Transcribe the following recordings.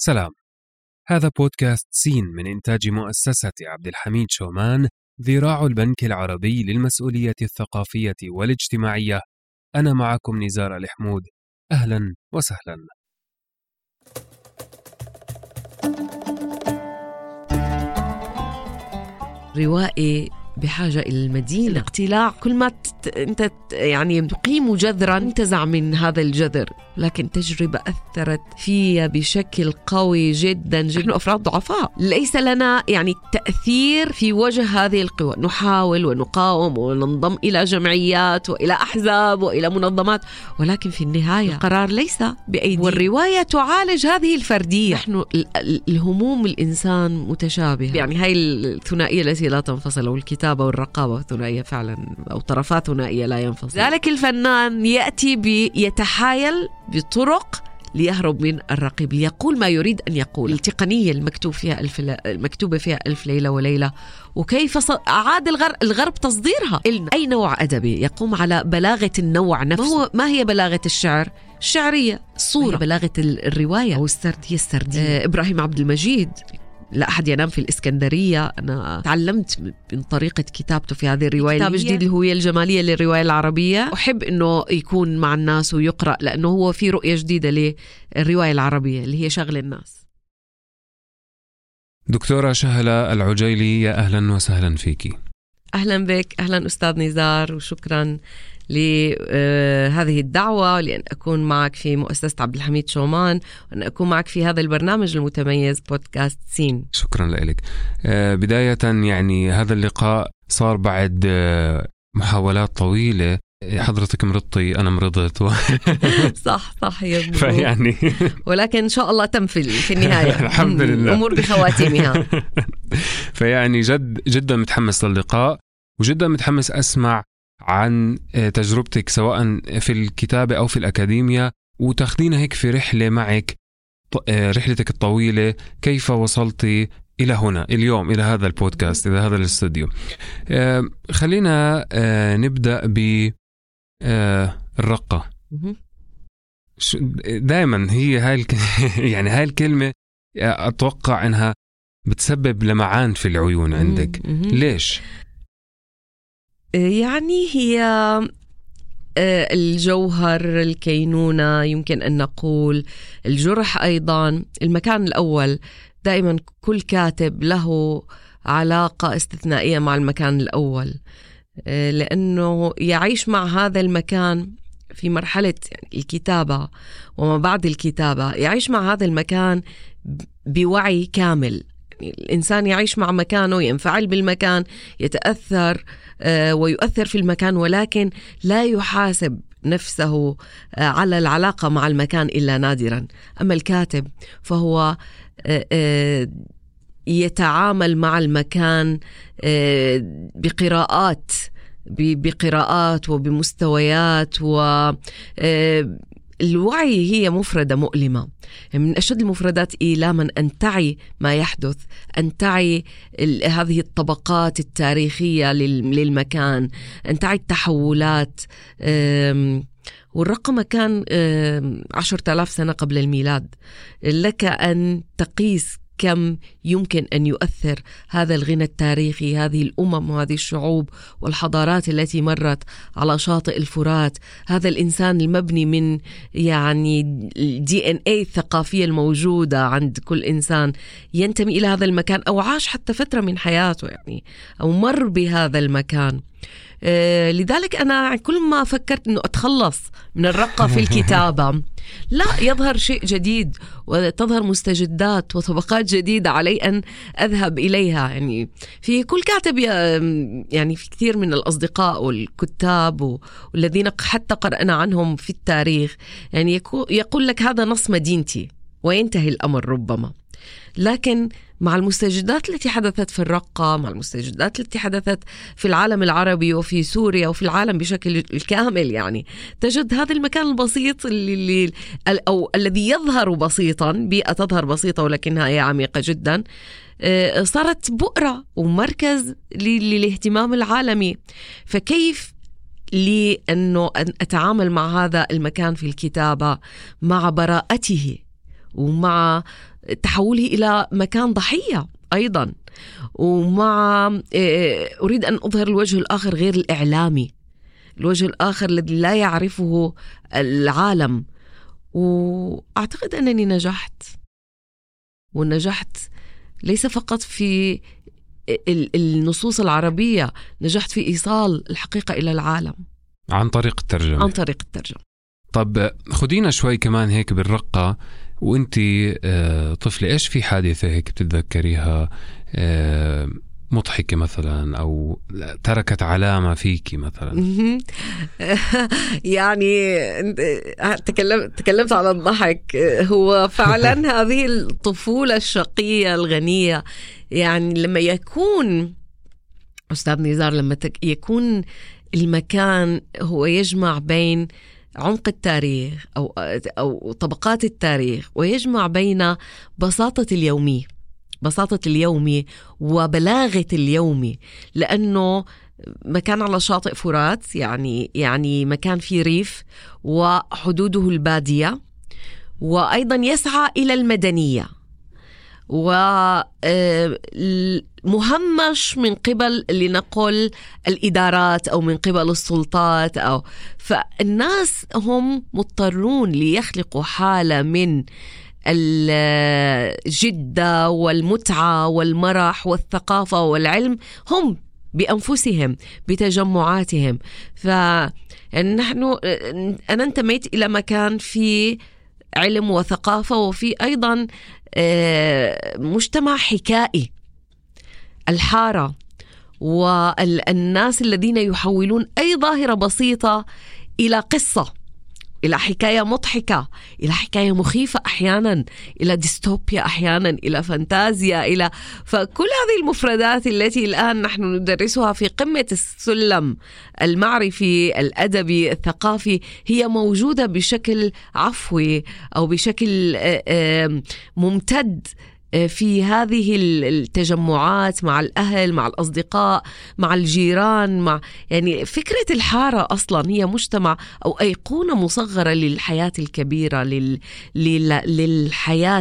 سلام، هذا بودكاست سين من إنتاج مؤسسة عبد الحميد شومان، ذراع البنك العربي للمسؤولية الثقافية والاجتماعية. أنا معكم نزار الحمود، أهلا وسهلا. روائي بحاجة إلى المدينة، الاقتلاع. كل ما أنت يعني تقيم جذرا انتزع من هذا الجذر، لكن تجربة أثرت فيها بشكل قوي جدا. نحن أفراد ضعفاء، ليس لنا يعني تأثير في وجه هذه القوى. نحاول ونقاوم وننضم إلى جمعيات وإلى أحزاب وإلى منظمات، ولكن في النهاية القرار ليس بأيدينا، والرواية تعالج هذه الفردية. نحن الهموم الإنسان متشابهة، يعني هاي الثنائية التي لا تنفصل، أو الكتابة والرقابة ثنائية فعلا، أو طرفات ثنائية لا ينفصل. ذلك الفنان يأتي يتحايل بطرق ليهرب من الرقيب، ليقول ما يريد أن يقول. التقنية المكتوبة فيها ألف ليلة وليلة، وكيف أعاد الغرب تصديرها. أي نوع أدبي يقوم على بلاغة النوع نفسه. ما هي بلاغة الشعر؟ الشعرية، الصورة. بلاغة الرواية أو السردية. إبراهيم عبد المجيد، لا أحد ينام في الإسكندرية، أنا تعلمت من طريقة كتابته في هذه الرواية. كتاب جديد الهوية الجمالية للرواية العربية، أحب أنه يكون مع الناس ويقرأ، لأنه هو في رؤية جديدة للرواية العربية اللي هي شغل الناس. دكتورة شهلة العجيلي، يا أهلا وسهلا فيكي. أهلا بك، أهلا أستاذ نزار، وشكرا لهذه الدعوة، لأن أكون معك في مؤسسة عبد الحميد شومان، وأن أكون معك في هذا البرنامج المتميز بودكاست سين. شكرا لك. بداية يعني هذا اللقاء صار بعد محاولات طويلة. حضرتك مرضتي، أنا مرضت صح يا فيعني ولكن إن شاء الله تم في النهاية الحمد لله، أمور بخواتيمها. فيعني جدا متحمس للقاء، وجدا متحمس أسمع عن تجربتك سواء في الكتابة أو في الأكاديمية، وتاخدينا هيك في رحلة معك، رحلتك الطويلة، كيف وصلتي إلى هنا اليوم، إلى هذا البودكاست، إلى هذا الاستوديو. خلينا نبدأ بالرقة. دائما هي يعني هاي الكلمة أتوقع أنها بتسبب لمعان في العيون عندك. ليش؟ يعني هي الجوهر، الكينونة، يمكن أن نقول الجرح أيضا. المكان الأول دائما كل كاتب له علاقة استثنائية مع المكان الأول، لأنه يعيش مع هذا المكان في مرحلة الكتابة وما بعد الكتابة، يعيش مع هذا المكان بوعي كامل. الإنسان يعيش مع مكانه، ينفعل بالمكان، يتأثر ويؤثر في المكان، ولكن لا يحاسب نفسه على العلاقة مع المكان إلا نادرا. أما الكاتب فهو يتعامل مع المكان بقراءات وبمستويات، الوعي هي مفردة مؤلمة، من أشد المفردات إيلاما أن تعي ما يحدث، أن تعي هذه الطبقات التاريخية للمكان، أن تعي التحولات. والرقم كان 10,000 سنة قبل الميلاد. لك أن تقيس كم يمكن أن يؤثر هذا الغنى التاريخي، هذه الأمم وهذه الشعوب والحضارات التي مرت على شاطئ الفرات، هذا الإنسان المبني من يعني DNA الثقافية الموجودة عند كل إنسان ينتمي إلى هذا المكان، أو عاش حتى فترة من حياته يعني، أو مر بهذا المكان. لذلك أنا كل ما فكرت أنه أتخلص من الرقة في الكتابة، لا، يظهر شيء جديد وتظهر مستجدات وطبقات جديدة علي أن أذهب إليها. يعني في كل كاتب، يعني في كثير من الأصدقاء والكتاب والذين حتى قرأنا عنهم في التاريخ، يعني يقول لك هذا نص مدينتي، وينتهي الأمر ربما. لكن مع المستجدات التي حدثت في الرقة، مع المستجدات التي حدثت في العالم العربي وفي سوريا وفي العالم بشكل كامل، يعني تجد هذا المكان البسيط أو الذي يظهر بسيطا، بيئة تظهر بسيطة ولكنها هي عميقة جدا، صارت بؤرة ومركز للاهتمام العالمي. فكيف لي أنه أتعامل مع هذا المكان في الكتابة، مع براءته ومع تحوله إلى مكان ضحية أيضا. ومع أريد أن أظهر الوجه الآخر غير الإعلامي، الوجه الآخر الذي لا يعرفه العالم. وأعتقد أنني نجحت، ونجحت ليس فقط في النصوص العربية، نجحت في إيصال الحقيقة إلى العالم عن طريق الترجمة. عن طريق الترجمة. طب خدينا شوي كمان هيك بالرقة، وانتي طفلة، ايش في حادثة هيك بتتذكريها مضحكة مثلا أو تركت علامة فيكي مثلا؟ يعني تكلمت على الضحك. هو فعلا هذه الطفولة الشقية الغنية، يعني لما يكون أستاذ نزار، لما يكون المكان هو يجمع بين عمق التاريخ أو طبقات التاريخ، ويجمع بين بساطة اليومي وبلاغة اليومي، لأنه مكان على شاطئ فرات، يعني مكان فيه ريف وحدوده البادية، وأيضا يسعى إلى المدنية، ومهمش من قبل لنقل الإدارات أو من قبل السلطات، فالناس هم مضطرون ليخلقوا حالة من الجدة والمتعة والمرح والثقافة والعلم هم بأنفسهم بتجمعاتهم. فنحن أنا انتميت إلى مكان فيه علم وثقافة، وفي أيضا مجتمع حكائي، الحارة والناس الذين يحولون أي ظاهرة بسيطة إلى قصة، إلى حكاية مضحكة، إلى حكاية مخيفة أحيانا، إلى ديستوبيا أحيانا، إلى فانتازيا، فكل هذه المفردات التي الآن نحن ندرسها في قمة السلم المعرفي الأدبي الثقافي هي موجودة بشكل عفوي أو بشكل ممتد في هذه التجمعات مع الأهل، مع الأصدقاء، مع الجيران، يعني فكرة الحارة أصلا هي مجتمع أو أيقونة مصغرة للحياة الكبيرة، للحياة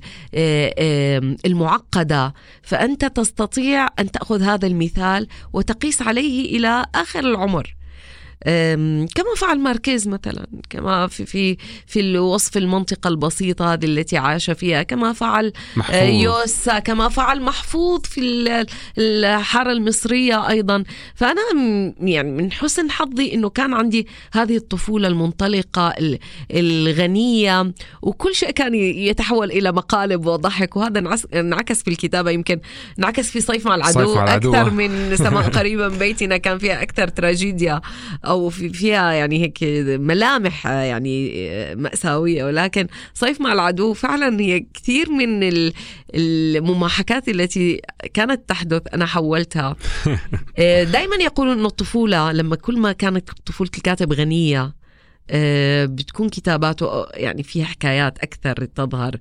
المعقدة. فأنت تستطيع أن تأخذ هذا المثال وتقيس عليه إلى آخر العمر، كما فعل ماركيز مثلا، كما في الوصف المنطقة البسيطة هذه التي عاش فيها، كما فعل يوسا، كما فعل محفوظ في الحارة المصرية أيضا. فأنا يعني من حسن حظي أنه كان عندي هذه الطفولة المنطلقة الغنية، وكل شيء كان يتحول إلى مقالب وضحك، وهذا انعكس في الكتابة. يمكن انعكس في صيف مع العدو أكثر من سماء قريبا من بيتنا، كان فيها أكثر تراجيديا أو فيها يعني هيك ملامح يعني مأساوية، ولكن صيف مع العدو فعلا هي كثير من المماحكات التي كانت تحدث أنا حولتها. دايما يقولون أن الطفولة لما كل ما كانت طفولة الكاتب غنية بتكون كتاباته يعني فيها حكايات أكثر تظهر.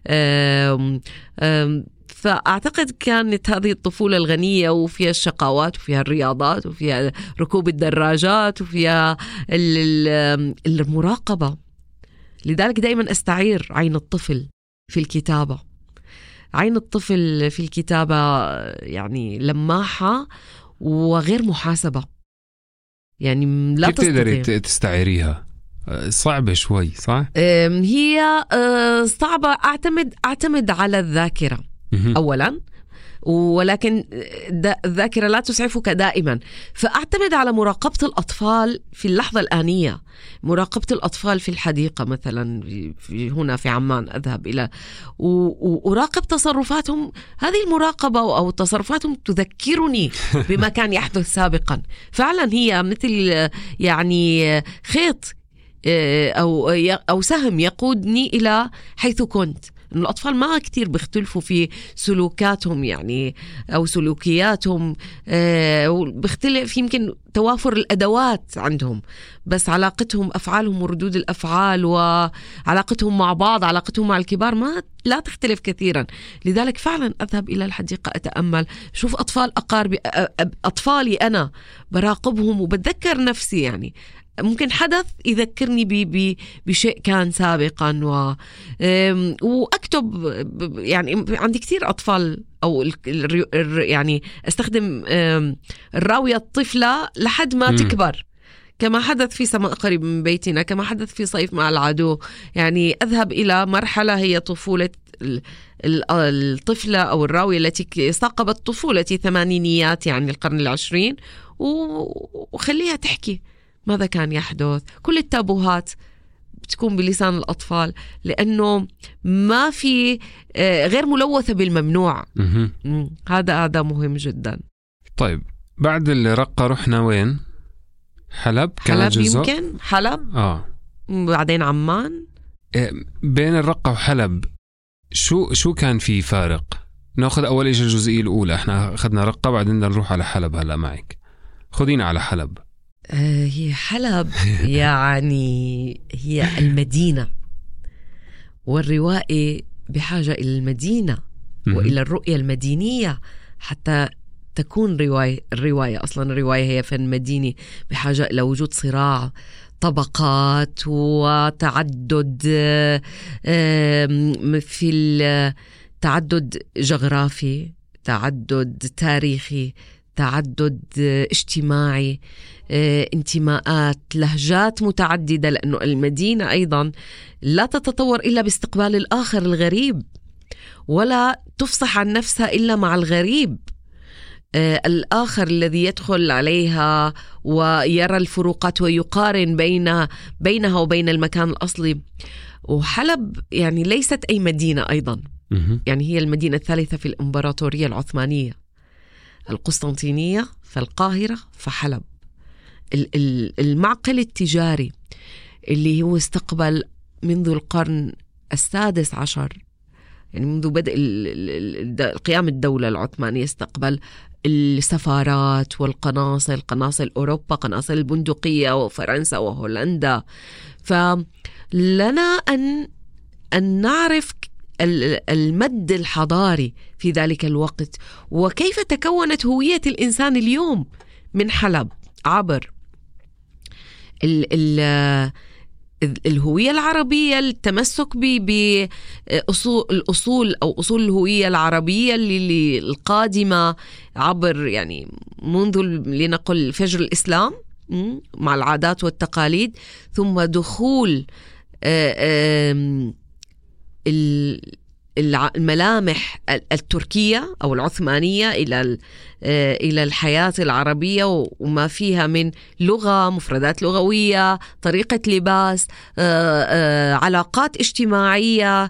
فأعتقد كانت هذه الطفولة الغنية وفيها الشقاوات وفيها الرياضات وفيها ركوب الدراجات وفيها المراقبة. لذلك دائما أستعير عين الطفل في الكتابة. عين الطفل في الكتابة يعني لماحة وغير محاسبة، يعني لا تقدري تستعيريها. صعبة شوي صح؟ هي صعبة. أعتمد على الذاكرة أولا، ولكن الذاكرة لا تسعفك دائما. فأعتمد على مراقبة الأطفال في اللحظة الآنية، مراقبة الأطفال في الحديقة مثلا هنا في عمان، أذهب إلى وأراقب تصرفاتهم. هذه المراقبة أو تصرفاتهم تذكرني بما كان يحدث سابقا. فعلا هي مثل يعني خيط أو سهم يقودني إلى حيث كنت. الأطفال ما كتير بيختلفوا في سلوكاتهم يعني أو سلوكياتهم، بيختلف يمكن توافر الأدوات عندهم، بس علاقتهم أفعالهم وردود الأفعال وعلاقتهم مع بعض، علاقتهم مع الكبار لا تختلف كثيرا. لذلك فعلا أذهب إلى الحديقة أتأمل، شوف أطفال أقاربي، أطفالي أنا براقبهم وبتذكر نفسي يعني ممكن حدث يذكرني بشيء كان سابقا وأكتب. يعني عندي كثير أطفال أو يعني أستخدم الراوية الطفلة لحد ما تكبر، كما حدث في سماء قريب من بيتنا، كما حدث في صيف مع العدو. يعني أذهب إلى مرحلة هي طفولة الطفلة أو الراوية التي ثقبت طفولة ثمانينيات يعني القرن العشرين، وخليها تحكي ماذا كان يحدث. كل التابوهات بتكون بلسان الأطفال، لأنه ما في غير ملوثة بالممنوع. هذا مهم جدا. طيب بعد الرقة رحنا وين؟ حلب يمكن حلب بعدين عمان. بين الرقة وحلب شو كان في فارق؟ ناخذ أول إيش الجزئية الأولى. احنا أخذنا رقة بعدين نروح على حلب. هلأ معك خذينا على حلب. هي حلب يعني هي المدينة، والروائي بحاجة إلى المدينة وإلى الرؤية المدينية حتى تكون الرواية. أصلا الرواية هي فن مديني بحاجة إلى وجود صراع طبقات وتعدد في التعدد جغرافي، تعدد تاريخي، تعدد اجتماعي، انتماءات، لهجات متعددة، لأنه المدينة أيضا لا تتطور إلا باستقبال الآخر الغريب، ولا تفصح عن نفسها إلا مع الغريب الآخر الذي يدخل عليها ويرى الفروقات ويقارن بينها وبين المكان الأصلي. وحلب يعني ليست أي مدينة أيضا، يعني هي المدينة الثالثة في الإمبراطورية العثمانية، القسطنطينية فالقاهرة فحلب. المعقل التجاري اللي هو استقبل منذ القرن السادس عشر، يعني منذ بدء قيام الدولة العثمانية، استقبل السفارات والقناصل، قناصل أوروبا، قناصل البندقية وفرنسا وهولندا. فلنا أن نعرف المد الحضاري في ذلك الوقت، وكيف تكونت هوية الإنسان اليوم من حلب عبر الهوية العربية، التمسك بأصول أو أصول الهوية العربية اللي القادمة عبر يعني منذ لنقل فجر الإسلام مع العادات والتقاليد، ثم دخول الملامح التركية أو العثمانية إلى الحياة العربية وما فيها من لغة، مفردات لغوية، طريقة لباس، علاقات اجتماعية،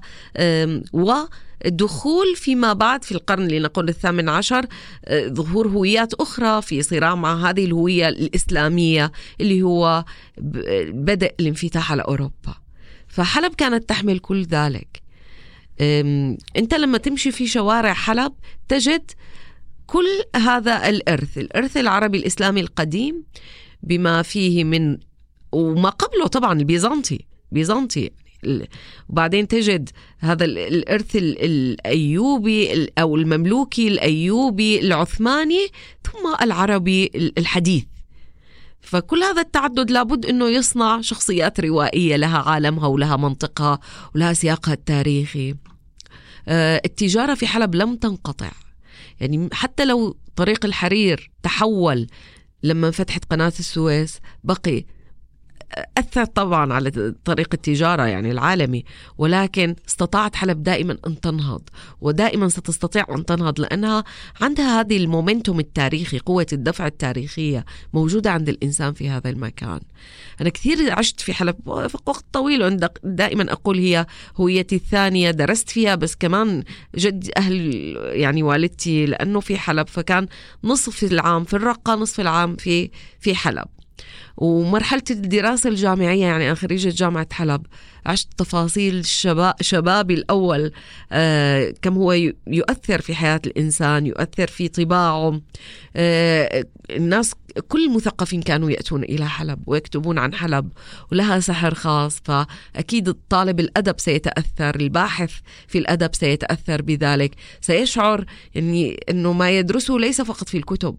ودخول فيما بعد في القرن لنقول الثامن عشر ظهور هويات أخرى في صراع مع هذه الهوية الإسلامية اللي هو بدء الانفتاح على أوروبا. فحلب كانت تحمل كل ذلك. أنت لما تمشي في شوارع حلب تجد كل هذا الإرث العربي الإسلامي القديم بما فيه من وما قبله طبعا البيزنطي، وبعدين تجد هذا الإرث الأيوبي أو المملوكي الأيوبي العثماني، ثم العربي الحديث. فكل هذا التعدد لابد أنه يصنع شخصيات روائية لها عالمها ولها منطقها ولها سياقها التاريخي. التجارة في حلب لم تنقطع، يعني حتى لو طريق الحرير تحول لما فتحت قناة السويس بقي أثر طبعا على طريق التجارة يعني العالمي، ولكن استطاعت حلب دائما أن تنهض، ودائما ستستطيع أن تنهض لأنها عندها هذه المومنتوم التاريخي، قوة الدفع التاريخية موجودة عند الإنسان في هذا المكان. أنا كثير عشت في حلب وقت طويل، دائما أقول هي هويتي الثانية، درست فيها، بس كمان جد أهل يعني والدتي لأنه في حلب، فكان نصف العام في الرقة، نصف العام في حلب. ومرحلة الدراسة الجامعية يعني أنا خريجة جامعة حلب، عشت تفاصيل شبابي الأول، كم هو يؤثر في حياة الإنسان، يؤثر في طباعه. الناس كل المثقفين كانوا يأتون إلى حلب ويكتبون عن حلب، ولها سحر خاص. فأكيد الطالب الأدب سيتأثر، الباحث في الأدب سيتأثر بذلك، سيشعر يعني أنه ما يدرسه ليس فقط في الكتب،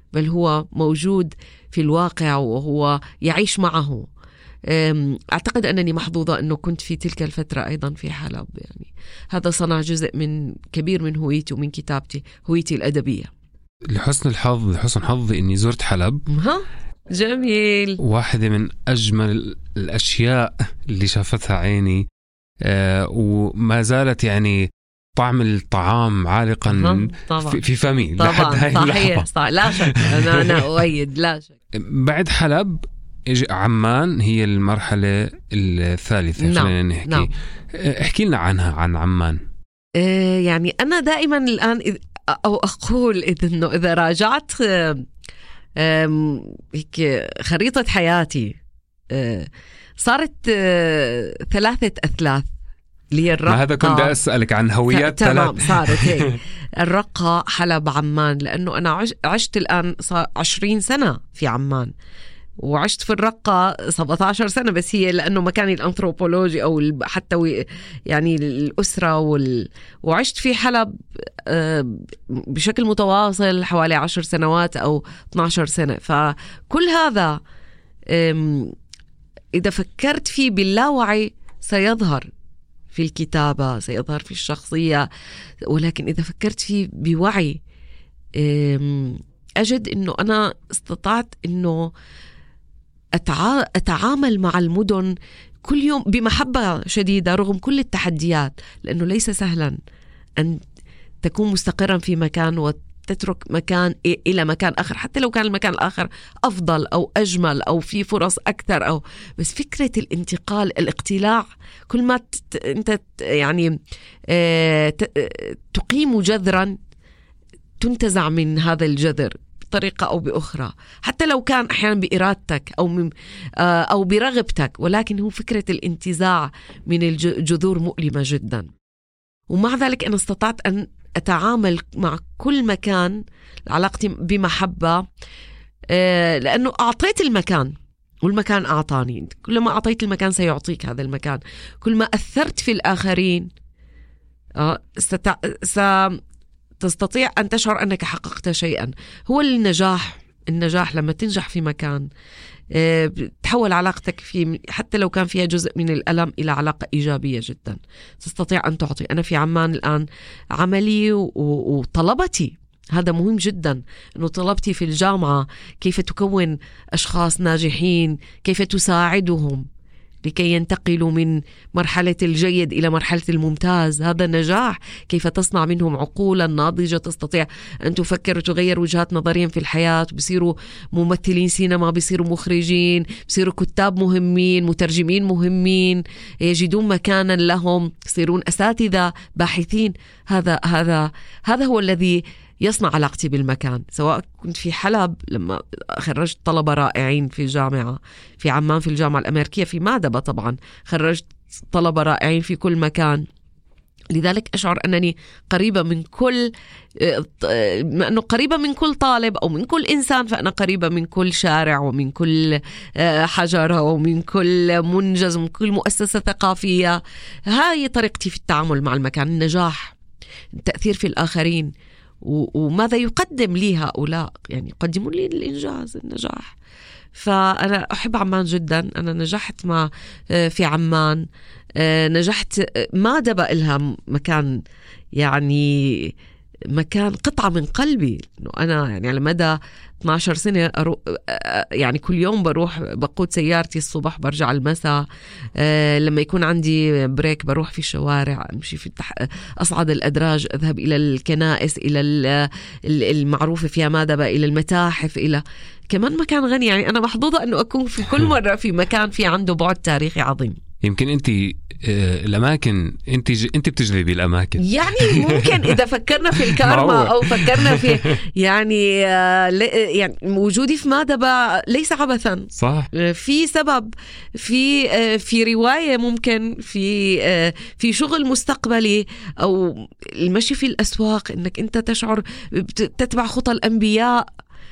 بل هو موجود في الواقع وهو يعيش معه. أعتقد أنني محظوظة أنه كنت في تلك الفترة أيضا في حلب، يعني هذا صنع جزء من كبير من هويتي ومن كتابتي، هويتي الأدبية. لحسن حظي أني زرت حلب. جميل. واحدة من أجمل الأشياء اللي شافتها عيني، وما زالت يعني طعم الطعام عالقا في فمي لحد هاي اللحظة. صحيح. لا شك، أنا أؤيد، لا شك. بعد حلب عمان هي المرحلة الثالثة. خلينا نحكي. احكي لنا عنها، عن عمان. يعني أنا دائما الآن أو أقول إنه إذا راجعت هيك خريطة حياتي، صارت 3 أثلاث اللي هي الرقة. ما هذا كنت أسألك عن هويات. تمام، صارت هيك. الرقة، حلب، عمان، لأنه أنا عشت الآن 20 سنة في عمان، وعشت في الرقة 17 سنة، بس هي لأنه مكاني الأنثروبولوجي أو حتى يعني الأسرة وعشت في حلب بشكل متواصل حوالي 10 سنوات أو 12 سنة. فكل هذا إذا فكرت فيه باللاوعي سيظهر في الكتابة، سيظهر في الشخصية، ولكن إذا فكرت فيه بوعي أجد أنه أنا استطعت أنه أتعامل مع المدن كل يوم بمحبة شديدة رغم كل التحديات، لأنه ليس سهلا أن تكون مستقرا في مكان وتترك مكان إلى مكان آخر، حتى لو كان المكان الآخر أفضل أو أجمل أو في فرص أكثر. بس فكرة الانتقال، الاقتلاع، كل ما أنت يعني تقيم جذرا تنتزع من هذا الجذر بطريقة أو بأخرى، حتى لو كان أحيانا بإرادتك أو برغبتك، ولكن هو فكرة الانتزاع من الجذور مؤلمة جدا. ومع ذلك أنا استطعت أن أتعامل مع كل مكان علاقتي بمحبة، لأنه أعطيت المكان والمكان أعطاني. كلما أعطيت المكان سيعطيك هذا المكان. كل ما أثرت في الآخرين تستطيع أن تشعر أنك حققت شيئا. هو النجاح لما تنجح في مكان تحول علاقتك فيه حتى لو كان فيها جزء من الألم إلى علاقة إيجابية جدا، تستطيع أن تعطي. أنا في عمان الآن عملي وطلبتي، هذا مهم جدا، أنه طلبتي في الجامعة كيف تكون أشخاص ناجحين، كيف تساعدهم لكي ينتقلوا من مرحلة الجيد إلى مرحلة الممتاز. هذا النجاح، كيف تصنع منهم عقولا ناضجة تستطيع أن تفكر وتغير وجهات نظرهم في الحياة، بيصيروا ممثلين سينما، بيصيروا مخرجين، بيصيروا كتاب مهمين، مترجمين مهمين، يجدون مكانا لهم، يصيرون أساتذة، باحثين. هذا هو الذي يصنع علاقتي بالمكان. سواء كنت في حلب لما خرجت طلبة رائعين في الجامعة، في عمان في الجامعة الأمريكية، في مادبة طبعا خرجت طلبة رائعين في كل مكان. لذلك أشعر أنني قريبة من كل، أنه قريبة من كل طالب أو من كل إنسان، فأنا قريبة من كل شارع ومن كل حجرة ومن كل منجز ومن كل مؤسسة ثقافية. هاي طريقتي في التعامل مع المكان. النجاح، التأثير في الآخرين، وماذا يقدم لي هؤلاء، يعني يقدمون لي الإنجاز، النجاح. فأنا أحب عمان جدا. أنا نجحت في عمان، نجحت مادبة إلها مكان، يعني مكان قطعة من قلبي. إنه أنا يعني على مدى 12 سنة يعني كل يوم بقود سيارتي الصبح، برجع المساء. لما يكون عندي بريك بروح في الشوارع، أمشي في أصعد الأدراج، أذهب إلى الكنائس، إلى المعروفة فيها مادبة، إلى المتاحف، إلى كمان مكان غني. يعني أنا محظوظة أنه أكون في كل مرة في مكان في عنده بعد تاريخي عظيم. يمكن أنت الأماكن، أنت بتجذبي الأماكن، يعني ممكن إذا فكرنا في الكارما أو فكرنا في يعني وجودي في مادبة ليس عبثا، صح، في سبب، في رواية، ممكن في شغل مستقبلي، أو المشي في الأسواق، إنك أنت تشعر تتبع خطى الأنبياء،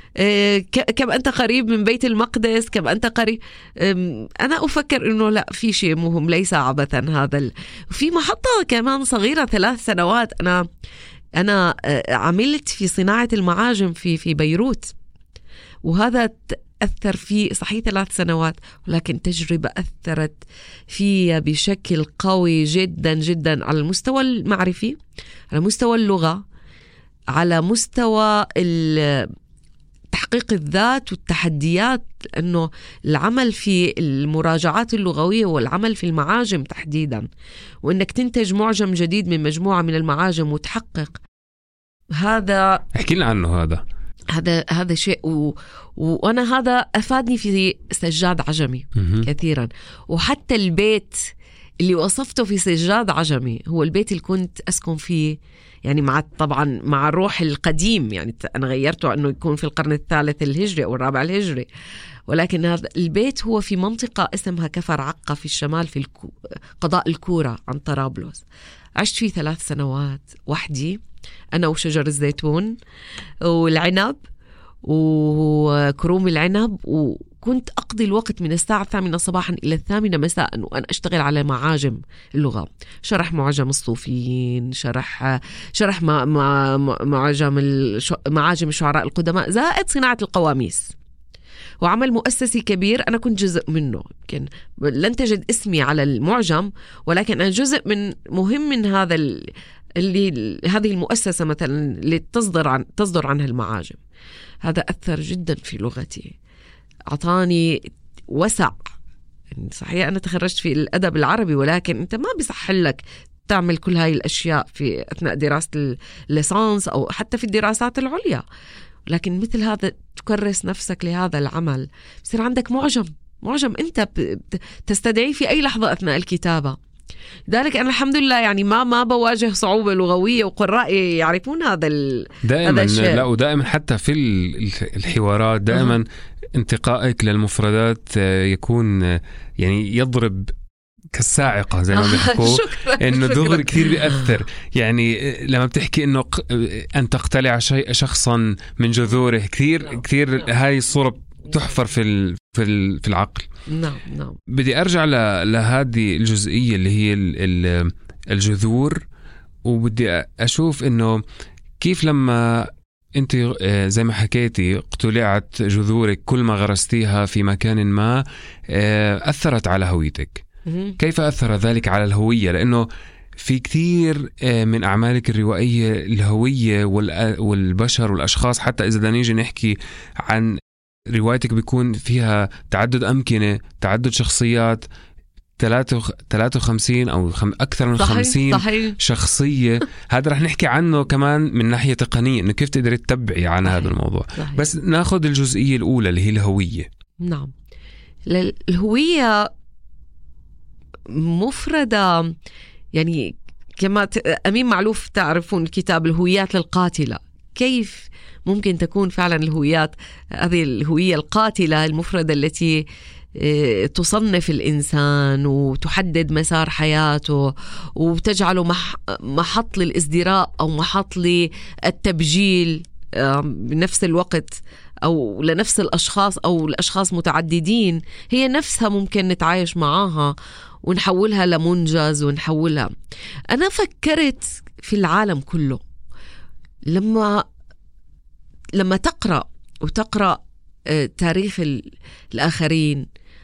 كم أنت قريب من بيت المقدس، كم أنت قريب. أنا أفكر إنه لا، في شيء مهم ليس عبثا هذا. في محطة كمان صغيرة 3 سنوات، أنا عملت في صناعة المعاجم في بيروت. وهذا أثر فيه صحيح 3 سنوات، ولكن تجربة أثرت فيها بشكل قوي جدا جدا على المستوى المعرفي، على مستوى اللغة، على مستوى تحقيق الذات والتحديات، لأنه العمل في المراجعات اللغوية والعمل في المعاجم تحديدا، وإنك تنتج معجم جديد من مجموعة من المعاجم وتحقق هذا. احكي لنا عنه. هذا شيء وأنا هذا أفادني في سجاد عجمي كثيرا. وحتى البيت اللي وصفته في سجاد عجمي هو البيت اللي كنت أسكن فيه، يعني طبعا مع الروح القديم، يعني أنا غيرته أنه يكون في القرن الثالث الهجري أو الرابع الهجري، ولكن هذا البيت هو في منطقة اسمها كفر عقة في الشمال، في قضاء الكورة عن طرابلس. عشت فيه 3 سنوات وحدي، أنا وشجر الزيتون والعنب وكروم العنب، وكنت أقضي الوقت من الساعة 8 صباحا إلى 8 مساء وأنا أشتغل على معاجم اللغة، شرح معجم الصوفيين، شرح معاجم الشعراء القدماء، زائد صناعة القواميس. وعمل مؤسسي كبير أنا كنت جزء منه، يمكن لن تجد اسمي على المعجم، ولكن أنا جزء من مهم من هذا هذه المؤسسة مثلا اللي تصدر عنها المعاجم. هذا أثر جدا في لغتي، أعطاني وسع. يعني صحيح أنا تخرجت في الأدب العربي، ولكن أنت ما بيصحل لك تعمل كل هاي الأشياء في أثناء دراسة الليسانس أو حتى في الدراسات العليا، لكن مثل هذا تكرس نفسك لهذا العمل، بصير عندك معجم أنت تستدعي في أي لحظة أثناء الكتابة. ذلك أنا الحمد لله يعني ما بواجه صعوبة لغوية، وقرائي يعرفون هذا دائما. الشيء. لا، ودائما حتى في الحوارات دائما انتقائك للمفردات يكون يعني يضرب كالصاعقة زي ما بيحكوا، إنه دغري كثير بيأثر. يعني لما بتحكي إنه أن تقتلع شخصا من جذوره، كثير هاي الصورة تحفر في العقل. نعم. بدي أرجع لهذه الجزئية اللي هي الجذور، وبدي أشوف إنه كيف لما أنت زي ما حكيتي اقتلعت جذورك كل ما غرستيها في مكان ما أثرت على هويتك. كيف أثر ذلك على الهوية؟ لأنه في كثير من أعمالك الروائية الهوية والبشر والأشخاص، حتى إذا بدنا نيجي نحكي عن روايتك بيكون فيها تعدد أمكنة، تعدد شخصيات، 53 أو أكثر من 50 شخصية. هذا رح نحكي عنه كمان من ناحية تقنية، إنه كيف تقدر تتبعي عن هذا الموضوع. بس ناخد الجزئية الأولى اللي هي الهوية. نعم، الهوية مفردة، يعني كما أمين معلوف تعرفون كتاب الهويات للقاتلة، كيف ممكن تكون فعلا الهويات، هذه الهوية القاتلة المفردة التي تصنف الإنسان وتحدد مسار حياته وتجعله محط للإزدراء أو محط للتبجيل بنفس الوقت، أو لنفس الأشخاص أو الأشخاص متعددين، هي نفسها ممكن نتعايش معاها ونحولها لمنجز ونحولها. أنا فكرت في العالم كله لما تقرأ تاريخ الآخرين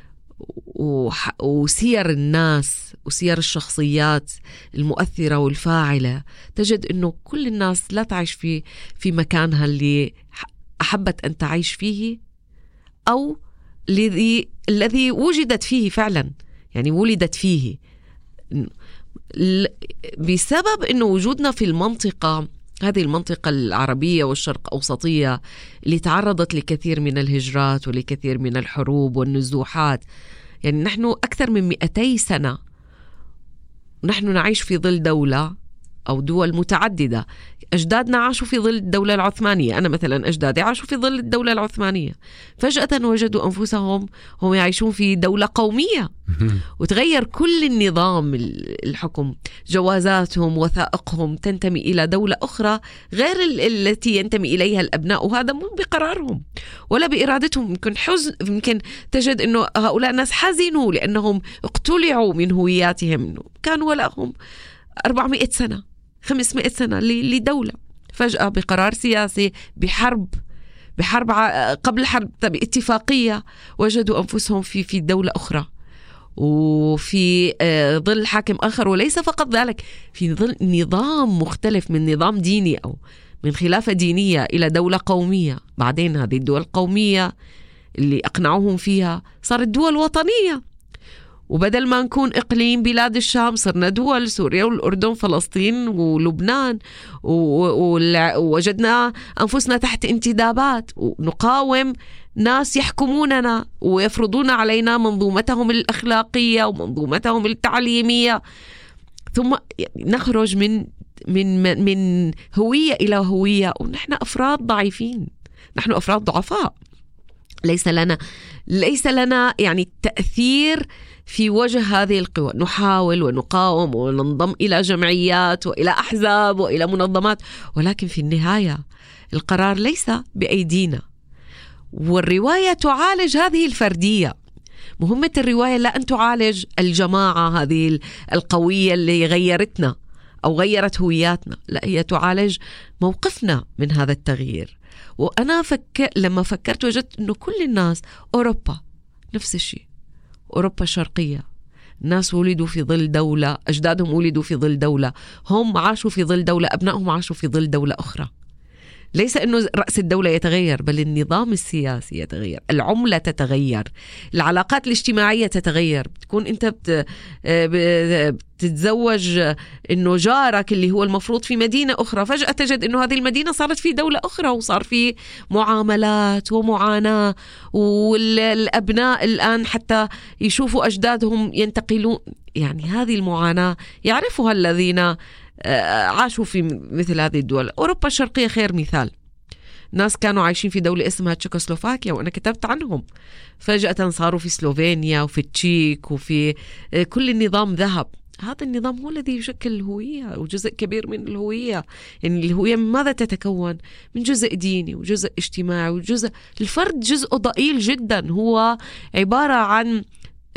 وسير الناس وسير الشخصيات المؤثرة والفاعلة، تجد أنه كل الناس لا تعيش في مكانها اللي أحبت أن تعيش فيه، أو الذي وجدت فيه فعلا، يعني ولدت فيه، بسبب أنه وجودنا في هذه المنطقة العربية والشرق أوسطية اللي تعرضت لكثير من الهجرات ولكثير من الحروب والنزوحات. يعني نحن أكثر من 200 سنة نحن نعيش في ظل دولة أو دول متعددة. أجدادنا عاشوا في ظل الدولة العثمانية، أنا مثلا أجدادي عاشوا في ظل الدولة العثمانية، فجأة وجدوا أنفسهم هم يعيشون في دولة قومية، وتغير كل النظام الحكم، جوازاتهم، وثائقهم تنتمي إلى دولة أخرى غير التي ينتمي إليها الأبناء، وهذا مو بقرارهم ولا بإرادتهم. يمكن تجد أنه هؤلاء الناس حزنوا لأنهم اقتلعوا من هوياتهم، كانوا ولهم 400 سنة 500 سنة لدولة، فجأة بقرار سياسي، بحرب، بحرب قبل الحرب باتفاقية وجدوا أنفسهم في دولة أخرى وفي ظل حاكم آخر، وليس فقط ذلك، في ظل نظام مختلف من نظام ديني أو من خلافة دينية إلى دولة قومية. بعدين هذه الدول القومية اللي أقنعوهم فيها صارت دول وطنية، وبدل ما نكون إقليم بلاد الشام صرنا دول، سوريا والأردن فلسطين ولبنان، ووجدنا أنفسنا تحت انتدابات ونقاوم ناس يحكموننا ويفرضون علينا منظومتهم الأخلاقية ومنظومتهم التعليمية، ثم نخرج من هوية إلى هوية، ونحن أفراد ضعيفين، نحن أفراد ضعفاء، ليس لنا يعني تأثير في وجه هذه القوى. نحاول ونقاوم وننضم إلى جمعيات وإلى أحزاب وإلى منظمات، ولكن في النهاية القرار ليس بأيدينا. والرواية تعالج هذه الفردية. مهمة الرواية لا أن تعالج الجماعة هذه القوية اللي غيرتنا أو غيرت هوياتنا، لا، هي تعالج موقفنا من هذا التغيير. وأنا لما فكرت وجدت أنه كل الناس، أوروبا نفس الشيء، أوروبا الشرقية، الناس ولدوا في ظل دولة، أجدادهم ولدوا في ظل دولة، هم عاشوا في ظل دولة، أبنائهم عاشوا في ظل دولة أخرى. ليس أنه رأس الدولة يتغير، بل النظام السياسي يتغير، العملة تتغير، العلاقات الاجتماعية تتغير. بتكون أنت بتتزوج أنه جارك اللي هو المفروض في مدينة أخرى، فجأة تجد أنه هذه المدينة صارت في دولة أخرى، وصار في معاملات ومعاناة، والأبناء الآن حتى يشوفوا أجدادهم ينتقلون. يعني هذه المعاناة يعرفها الذين عاشوا في مثل هذه الدول. أوروبا الشرقية خير مثال، ناس كانوا عايشين في دولة اسمها تشيكوسلوفاكيا وأنا كتبت عنهم، فجأة صاروا في سلوفينيا وفي التشيك وفي كل النظام ذهب. هذا النظام هو الذي يشكل الهوية وجزء كبير من الهوية. يعني الهوية من ماذا تتكون؟ من جزء ديني وجزء اجتماعي وجزء الفرد، جزء ضئيل جدا، هو عبارة عن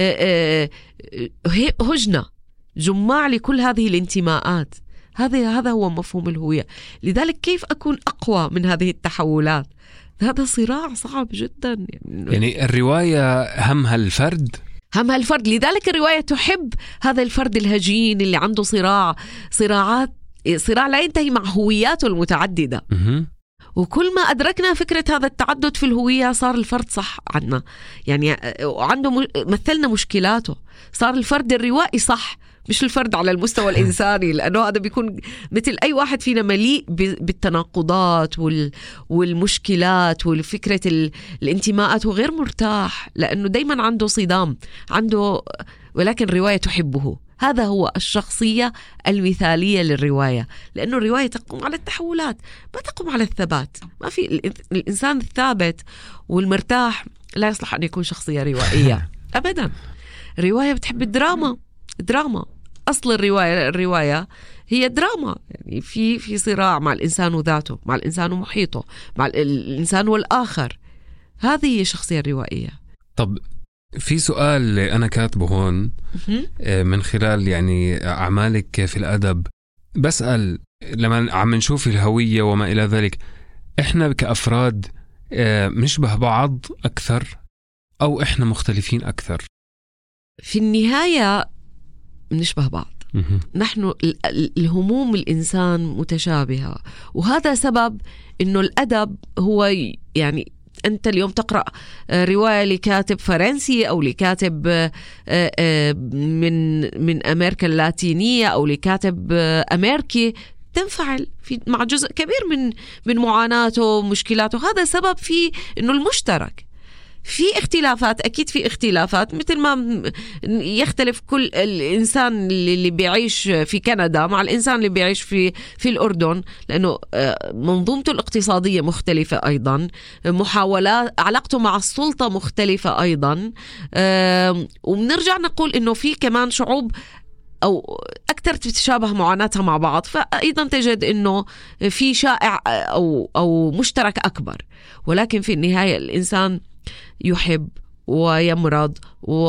هجنة، جماع لكل هذه الانتماءات. هذا هو مفهوم الهوية. لذلك كيف أكون أقوى من هذه التحولات؟ هذا صراع صعب جدا. يعني الرواية همها الفرد، لذلك الرواية تحب هذا الفرد الهجين اللي عنده صراع لا ينتهي مع هوياته المتعددة. وكل ما أدركنا فكرة هذا التعدد في الهوية صار الفرد صح عنا، يعني عنده مثلنا مشكلاته، صار الفرد الروائي صح، مش الفرد على المستوى الإنساني، لأنه هذا بيكون مثل أي واحد فينا مليء بالتناقضات والمشكلات والفكرة الانتماءات، وغير مرتاح لأنه دايما عنده صدام، ولكن الرواية تحبه. هذا هو الشخصية المثالية للرواية، لأنه الرواية تقوم على التحولات، ما تقوم على الثبات. ما في الإنسان الثابت والمرتاح لا يصلح أن يكون شخصية روائية أبدا. الرواية بتحب الدراما، أصل الرواية هي دراما، يعني في صراع مع الإنسان وذاته، مع الإنسان ومحيطه، مع الإنسان والآخر. هذه هي الشخصية الروائية. طب في سؤال أنا كاتبه هون من خلال يعني أعمالك في الأدب، بسأل لما عم نشوف الهوية وما إلى ذلك، إحنا كأفراد نشبه بعض أكثر أو إحنا مختلفين أكثر؟ في النهاية نشبه بعض. نحن الهموم الإنسان متشابهة، وهذا سبب إنه الأدب هو، يعني أنت اليوم تقرأ رواية لكاتب فرنسي أو لكاتب من أمريكا اللاتينية أو لكاتب أمريكي، تنفعل مع جزء كبير من معاناته ومشكلاته. هذا سبب في إنه المشترك. في اختلافات، أكيد في اختلافات، مثل ما يختلف كل الإنسان اللي بيعيش في كندا مع الإنسان اللي بيعيش في الأردن، لأنه منظومته الاقتصادية مختلفة أيضا، محاولات علاقته مع السلطة مختلفة أيضا. وبنرجع نقول إنه في كمان شعوب أو أكثر تتشابه معاناتها مع بعض، فأيضا تجد إنه في شائع أو مشترك أكبر. ولكن في النهاية الإنسان يحب ويمرض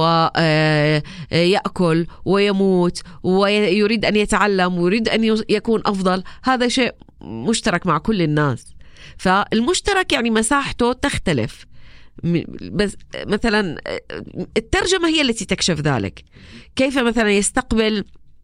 ويأكل ويموت ويريد أن يتعلم ويريد أن يكون أفضل. هذا شيء مشترك مع كل الناس. فالمشترك يعني مساحته تختلف، بس مثلا الترجمة هي التي تكشف ذلك. كيف مثلا يستقبل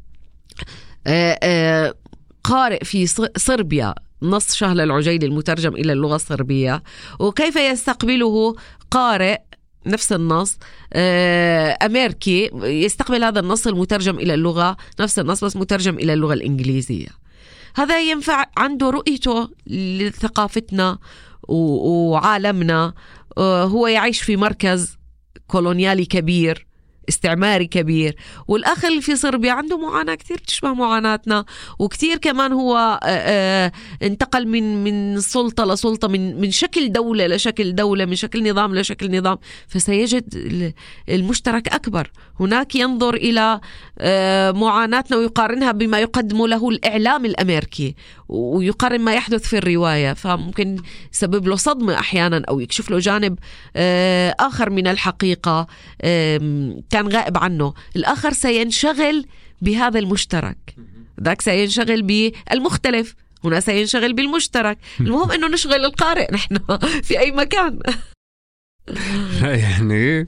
قارئ في صربيا نص شهلة العجيلي المترجم إلى اللغة الصربية، وكيف يستقبله قارئ نفس النص أمريكي يستقبل هذا النص المترجم إلى اللغة، نفس النص بس مترجم إلى اللغة الإنجليزية. هذا ينفع عنده رؤيته لثقافتنا وعالمنا. هو يعيش في مركز كولونيالي كبير، استعماري كبير، والأخ اللي في صربيا عنده معاناة كتير تشبه معاناتنا، وكتير كمان هو انتقل من سلطة لسلطة، من شكل دولة لشكل دولة، من شكل نظام لشكل نظام، فسيجد المشترك أكبر. هناك ينظر إلى معاناتنا ويقارنها بما يقدم له الإعلام الأمريكي، ويقارن ما يحدث في الرواية، فممكن يسبب له صدمة أحيانا، أو يكشف له جانب آخر من الحقيقة كان غائب عنه. الآخر سينشغل بهذا المشترك، ذاك سينشغل بالمختلف، هنا سينشغل بالمشترك. المهم أنه نشغل القارئ نحن في أي مكان. يعني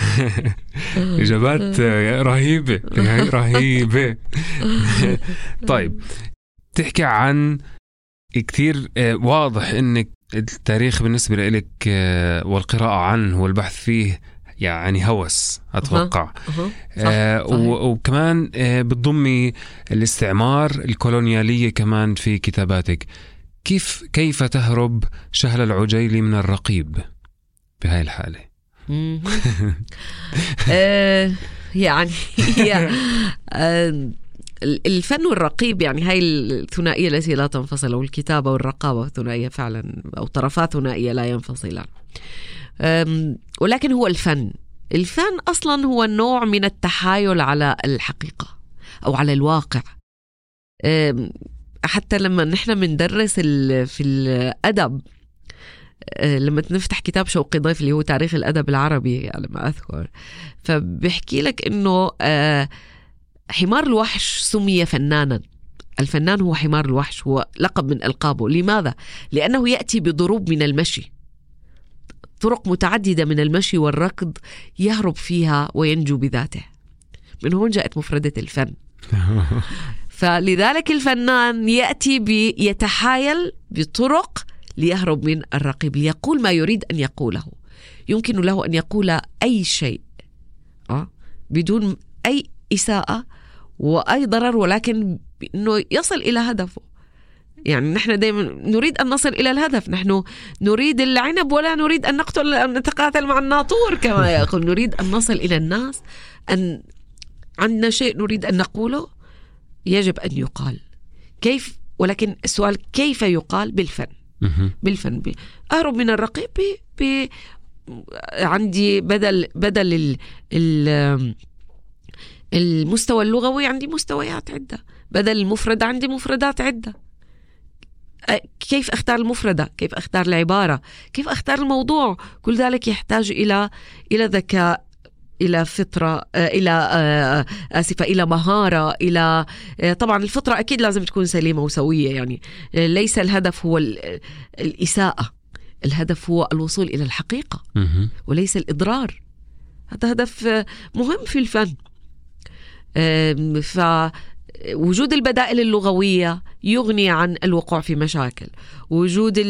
إجابات رهيبة رهيبة. طيب، تحكي عن كتير واضح أنك التاريخ بالنسبة لك والقراءة عنه والبحث فيه يعني هوس أتوقع. وكمان بتضمي الاستعمار الكولونيالية كمان في كتاباتك. كيف تهرب شهلة العجيلي من الرقيب بهاي الحالة؟ يعني الفن والرقيب، يعني هاي الثنائية التي لا تنفصل، أو الكتابة والرقابة ثنائية فعلا، أو طرفات ثنائية لا ينفصلان. ولكن هو الفن أصلا هو نوع من التحايل على الحقيقة أو على الواقع. حتى لما نحن بندرس في الأدب، لما نفتح كتاب شوقي ضيف اللي هو تاريخ الأدب العربي على ما أذكر، فبحكي لك إنه حمار الوحش سمي فنانا. الفنان هو حمار الوحش، هو لقب من ألقابه. لماذا؟ لأنه يأتي بضروب من المشي، طرق متعددة من المشي والركض يهرب فيها وينجو بذاته. من هون جاءت مفردة الفن. فلذلك الفنان يأتي يتحايل بطرق ليهرب من الرقيب، ليقول ما يريد أن يقوله. يمكن له أن يقول أي شيء بدون أي إساءة وأي ضرر، ولكن إنه يصل إلى هدفه. يعني نحن دائما نريد أن نصل إلى الهدف، نحن نريد العنب ولا نريد أن نقتل أن نتقاتل مع الناطور كما يقول. نريد أن نصل إلى الناس، أن عندنا شيء نريد أن نقوله يجب أن يقال. كيف؟ ولكن السؤال كيف يقال؟ بالفن. أهرب من الرقيب عندي بدل المستوى اللغوي عندي مستويات عدة، بدل المفردة عندي مفردات عدة. كيف أختار المفردة؟ كيف أختار العبارة؟ كيف أختار الموضوع؟ كل ذلك يحتاج إلى ذكاء، إلى فطرة، إلى مهارة، إلى طبعا الفطرة أكيد لازم تكون سليمة وسوية. يعني ليس الهدف هو الإساءة، الهدف هو الوصول إلى الحقيقة وليس الإضرار. هذا هدف مهم في الفن. فوجود البدائل اللغوية يغني عن الوقوع في مشاكل. وجود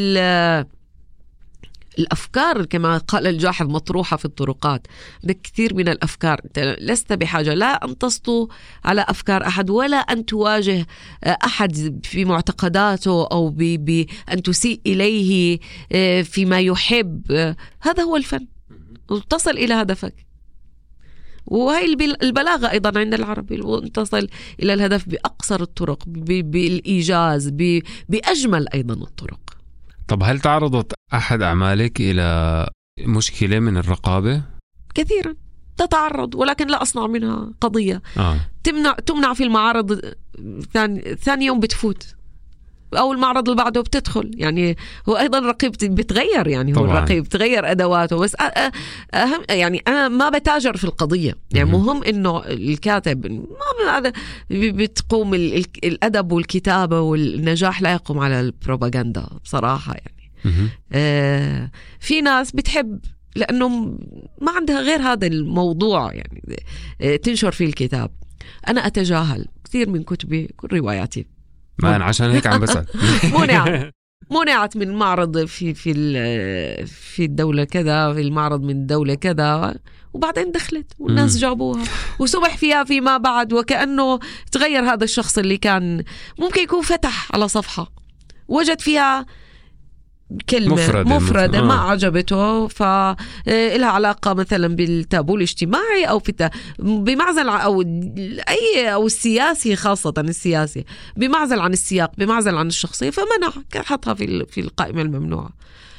الأفكار كما قال الجاحظ مطروحة في الطرقات. عندك كثير من الأفكار، أنت لست بحاجة لا أن تسطو على أفكار أحد، ولا أن تواجه أحد في معتقداته أو بأن تسيء إليه فيما يحب. هذا هو الفن، وتصل إلى هدفك. وهي البلاغة أيضا عند العربي، تصل إلى الهدف بأقصر الطرق، بالإيجاز، بأجمل أيضا الطرق. طب هل تعرضت أحد أعمالك إلى مشكلة من الرقابة؟ كثيرا تتعرض، ولكن لا أصنع منها قضية. تمنع في المعارض، ثاني يوم بتفوت، أو المعرض اللي بعده بتدخل. يعني هو أيضا الرقيب بتغير، يعني هو الرقيب بتغير أدواته. بس أهم يعني أنا ما بتاجر في القضية. يعني مهم إنه الكاتب ما بتقوم الأدب والكتابة والنجاح لا يقوم على البروباغندا بصراحة. يعني في ناس بتحب لأنه ما عندها غير هذا الموضوع يعني تنشر فيه الكتاب. أنا أتجاهل كثير من كتبي كل رواياتي، ما أنا عشان هيك عم بسأل. منعت من معرض في الدولة كذا، في المعرض من دولة كذا، وبعدين دخلت والناس جابوها وسمح فيها فيما بعد، وكأنه تغير هذا الشخص اللي كان ممكن يكون فتح على صفحة وجد فيها كلمة مفردة ما عجبته، فإلها علاقة مثلا بالتابو الاجتماعي أو بمعزل أو السياسي، خاصة السياسي بمعزل عن السياق، بمعزل عن الشخصية، فمنع حطها في القائمة الممنوعة.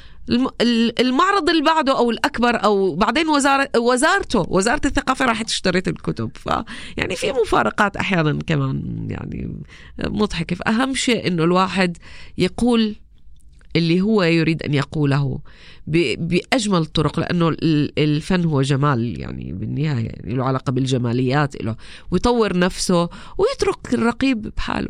المعرض اللي بعده أو الأكبر أو بعدين وزارة الثقافة راح تشتري الكتب. يعني في مفارقات أحيانا كمان يعني مضحكة. فأهم شيء إنه الواحد يقول اللي هو يريد أن يقوله بأجمل الطرق، لأنه الفن هو جمال يعني بالنهاية، يعني له علاقة بالجماليات له، ويطور نفسه ويترك الرقيب بحاله.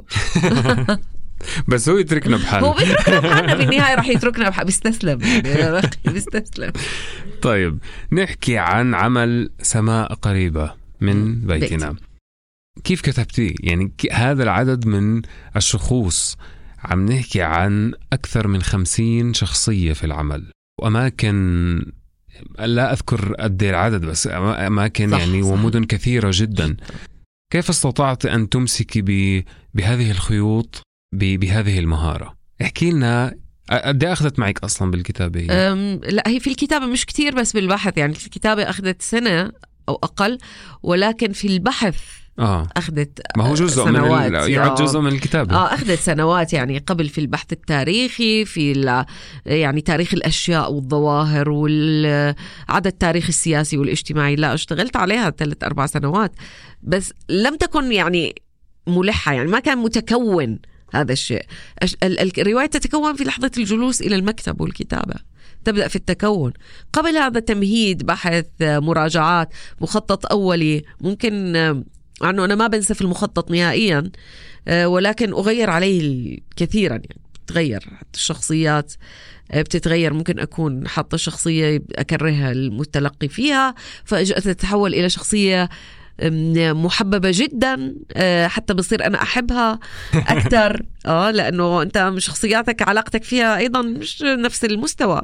بس هو يتركنا بحالنا، هو بيتركنا بحالنا بالنهاية، راح يتركنا بيستسلم يعني بيستسلم. طيب نحكي عن عمل سماء قريبة من بيتنا. كيف كتبتيه؟ يعني هذا العدد من الشخوص، عم نحكي عن أكثر من 50 شخصية في العمل، وأماكن لا أذكر قد العدد بس أماكن يعني ومدن كثيرة جدا. كيف استطعت أن تمسكي بهذه الخيوط بهذه المهارة؟ احكي لنا قد ايه أخذت معك أصلا بالكتابة؟ لا هي في الكتابة مش كتير، بس بالبحث يعني في الكتابة أخذت سنة أو أقل، ولكن في البحث أخذت ما هو جزء سنوات، يعد جزء من الكتابة. أخذت سنوات يعني قبل في البحث التاريخي، في يعني تاريخ الأشياء والظواهر والعدد تاريخ السياسي والاجتماعي. لا اشتغلت عليها 3-4 سنوات، بس لم تكن يعني ملحة، يعني ما كان متكون هذا الشيء. الرواية تتكون في لحظة الجلوس إلى المكتب والكتابة، تبدأ في التكون. قبل هذا تمهيد، بحث، مراجعات، مخطط أولي. ممكن عنه أنا ما بنسى في المخطط نهائيا، ولكن أغير عليه كثيرا، يعني بتغير حتى الشخصيات بتتغير. ممكن أكون حاطة شخصية أكرهها المتلقي فيها، فجأة تتحول إلى شخصية محببة جدا، حتى بصير أنا أحبها أكثر لأنه أنت شخصياتك علاقتك فيها أيضا مش نفس المستوى.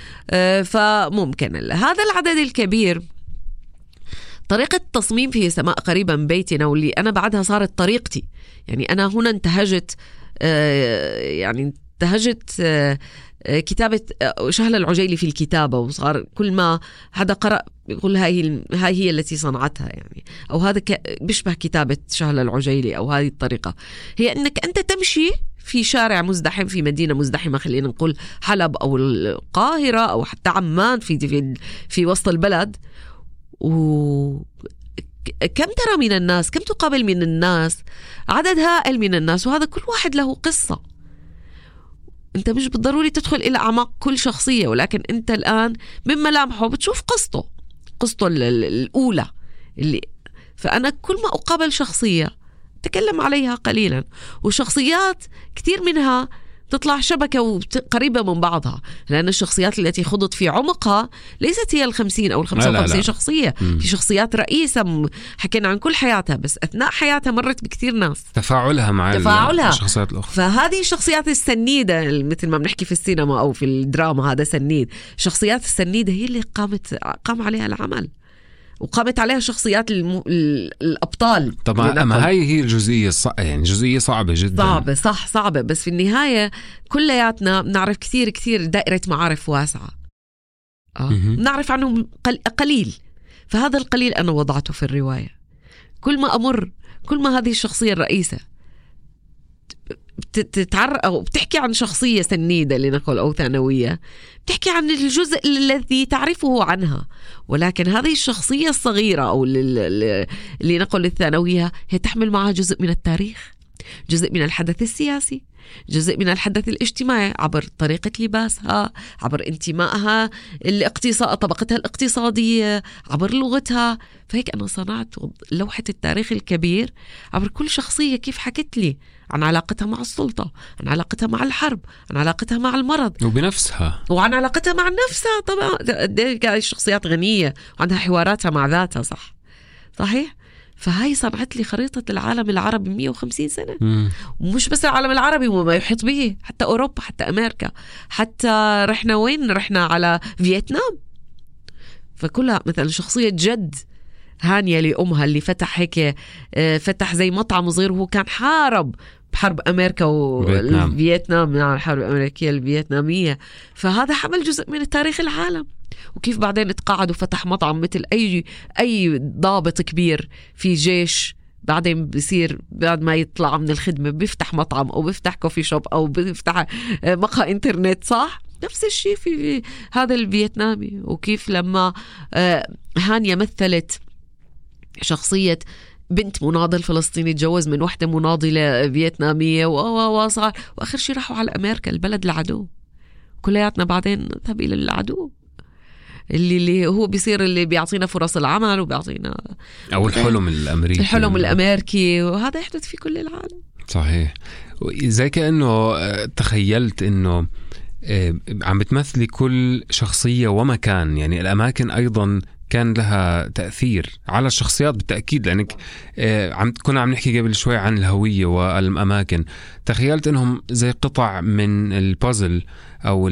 فممكن هذا العدد الكبير. طريقة التصميم في سماء قريبة من بيتنا، واللي أنا بعدها صارت طريقتي. يعني أنا هنا انتهجت كتابة شهلة العجيلي في الكتابة، وصار كل ما حدا قرأ يقول هاي هي التي صنعتها، يعني أو هذا بيشبه كتابة شهلة العجيلي، أو هذه الطريقة هي أنك أنت تمشي في شارع مزدحم في مدينة مزدحمة، خلينا نقول حلب أو القاهرة أو حتى عمان، في وسط البلد، وكم ترى من الناس، كم تقابل من الناس، عدد هائل من الناس، وهذا كل واحد له قصة. أنت مش بالضروري تدخل إلى أعماق كل شخصية، ولكن أنت الآن من ملامحه بتشوف قصته الأولى فأنا كل ما أقابل شخصية تكلم عليها قليلا، وشخصيات كثير منها تطلع شبكة وقريبة من بعضها، لأن الشخصيات التي خضت في عمقها ليست هي 50 أو 55 شخصية. في شخصيات رئيسة حكينا عن كل حياتها، بس أثناء حياتها مرت بكثير ناس، تفاعلها مع الشخصيات الأخرى. فهذه الشخصيات السنيدة مثل ما بنحكي في السينما أو في الدراما، هذا سنيد. الشخصيات السنيدة هي اللي قام عليها العمل، وقامت عليها شخصيات الأبطال. طبعا أما هي الجزئية يعني جزئية صعبة جدا، صعبة، بس في النهاية كلياتنا بنعرف كثير دائرة معارف واسعة، نعرف عنهم قليل، فهذا القليل أنا وضعته في الرواية. كل ما هذه الشخصية الرئيسة أو بتحكي عن شخصية سنيدة لنقول أو ثانوية، بتحكي عن الجزء الذي تعرفه عنها، ولكن هذه الشخصية الصغيرة أو اللي نقول الثانوية هي تحمل معها جزء من التاريخ، جزء من الحدث السياسي، جزء من الحدث الاجتماعي، عبر طريقة لباسها، عبر انتمائها طبقتها الاقتصادية، عبر لغتها. فهيك أنا صنعت لوحة التاريخ الكبير عبر كل شخصية، كيف حكت لي عن علاقتها مع السلطة، عن علاقتها مع الحرب، عن علاقتها مع المرض وبنفسها، وعن علاقتها مع نفسها. طبعا الشخصيات غنية وعندها حواراتها مع ذاتها. صحيح. فهاي صنعت لي خريطة العالم العربي 150 سنة. ومش بس العالم العربي وما يحيط به، حتى أوروبا، حتى أمريكا، حتى رحنا وين؟ رحنا على فيتنام. فكلها مثلا شخصية جد هانية لأمها اللي فتح زي مطعم صغير، وهو كان حارب بحرب أمريكا وفيتنام، مع الحرب الأمريكية الفيتنامية. فهذا حمل جزء من تاريخ العالم. وكيف بعدين اتقاعد وفتح مطعم مثل أي ضابط كبير في جيش، بعدين بيصير بعد ما يطلع من الخدمة بيفتح مطعم أو بيفتح كوفي شوب أو بيفتح مقهى إنترنت. صح؟ نفس الشيء في هذا الفيتنامي. وكيف لما هانية مثلت شخصية بنت مناضل فلسطيني تجوز من وحدة مناضلة فيتنامية وصار، وآخر شيء راحوا على أمريكا، البلد العدو. كلياتنا بعدين نذهب إلى العدو اللي هو بيصير اللي بيعطينا فرص العمل وبيعطينا أو الحلم الأمريكي، وهذا يحدث في كل العالم. صحيح. زي كأنه تخيلت إنه عم بتمثلي كل شخصية ومكان، يعني الأماكن أيضا كان لها تأثير على الشخصيات بالتأكيد، لأنك كنا عم نحكي قبل شوي عن الهوية والأماكن. تخيلت أنهم زي قطع من البازل أو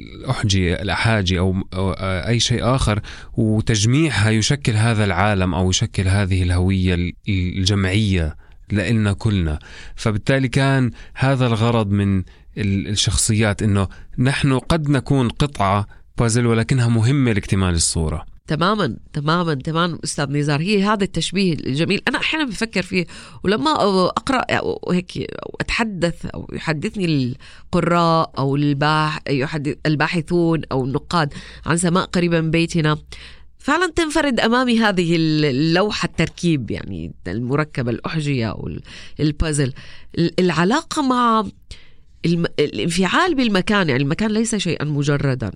الأحاجي أو أي شيء آخر، وتجميعها يشكل هذا العالم أو يشكل هذه الهوية الجمعية لإلنا كلنا. فبالتالي كان هذا الغرض من الشخصيات، إنه نحن قد نكون قطعة بازل ولكنها مهمة لاكتمال الصورة. تماما أستاذ نزار. هي هذا التشبيه الجميل أنا أحيانا بفكر فيه، ولما أقرأ أو هيك أو أتحدث أو يحدثني القراء أو الباحثون أو النقاد عن سماء قريبة من بيتنا، فعلا تنفرد أمامي هذه اللوحة التركيب، يعني المركبة الأحجية أو البازل. العلاقة مع الانفعال بالمكان، يعني المكان ليس شيئا مجردا،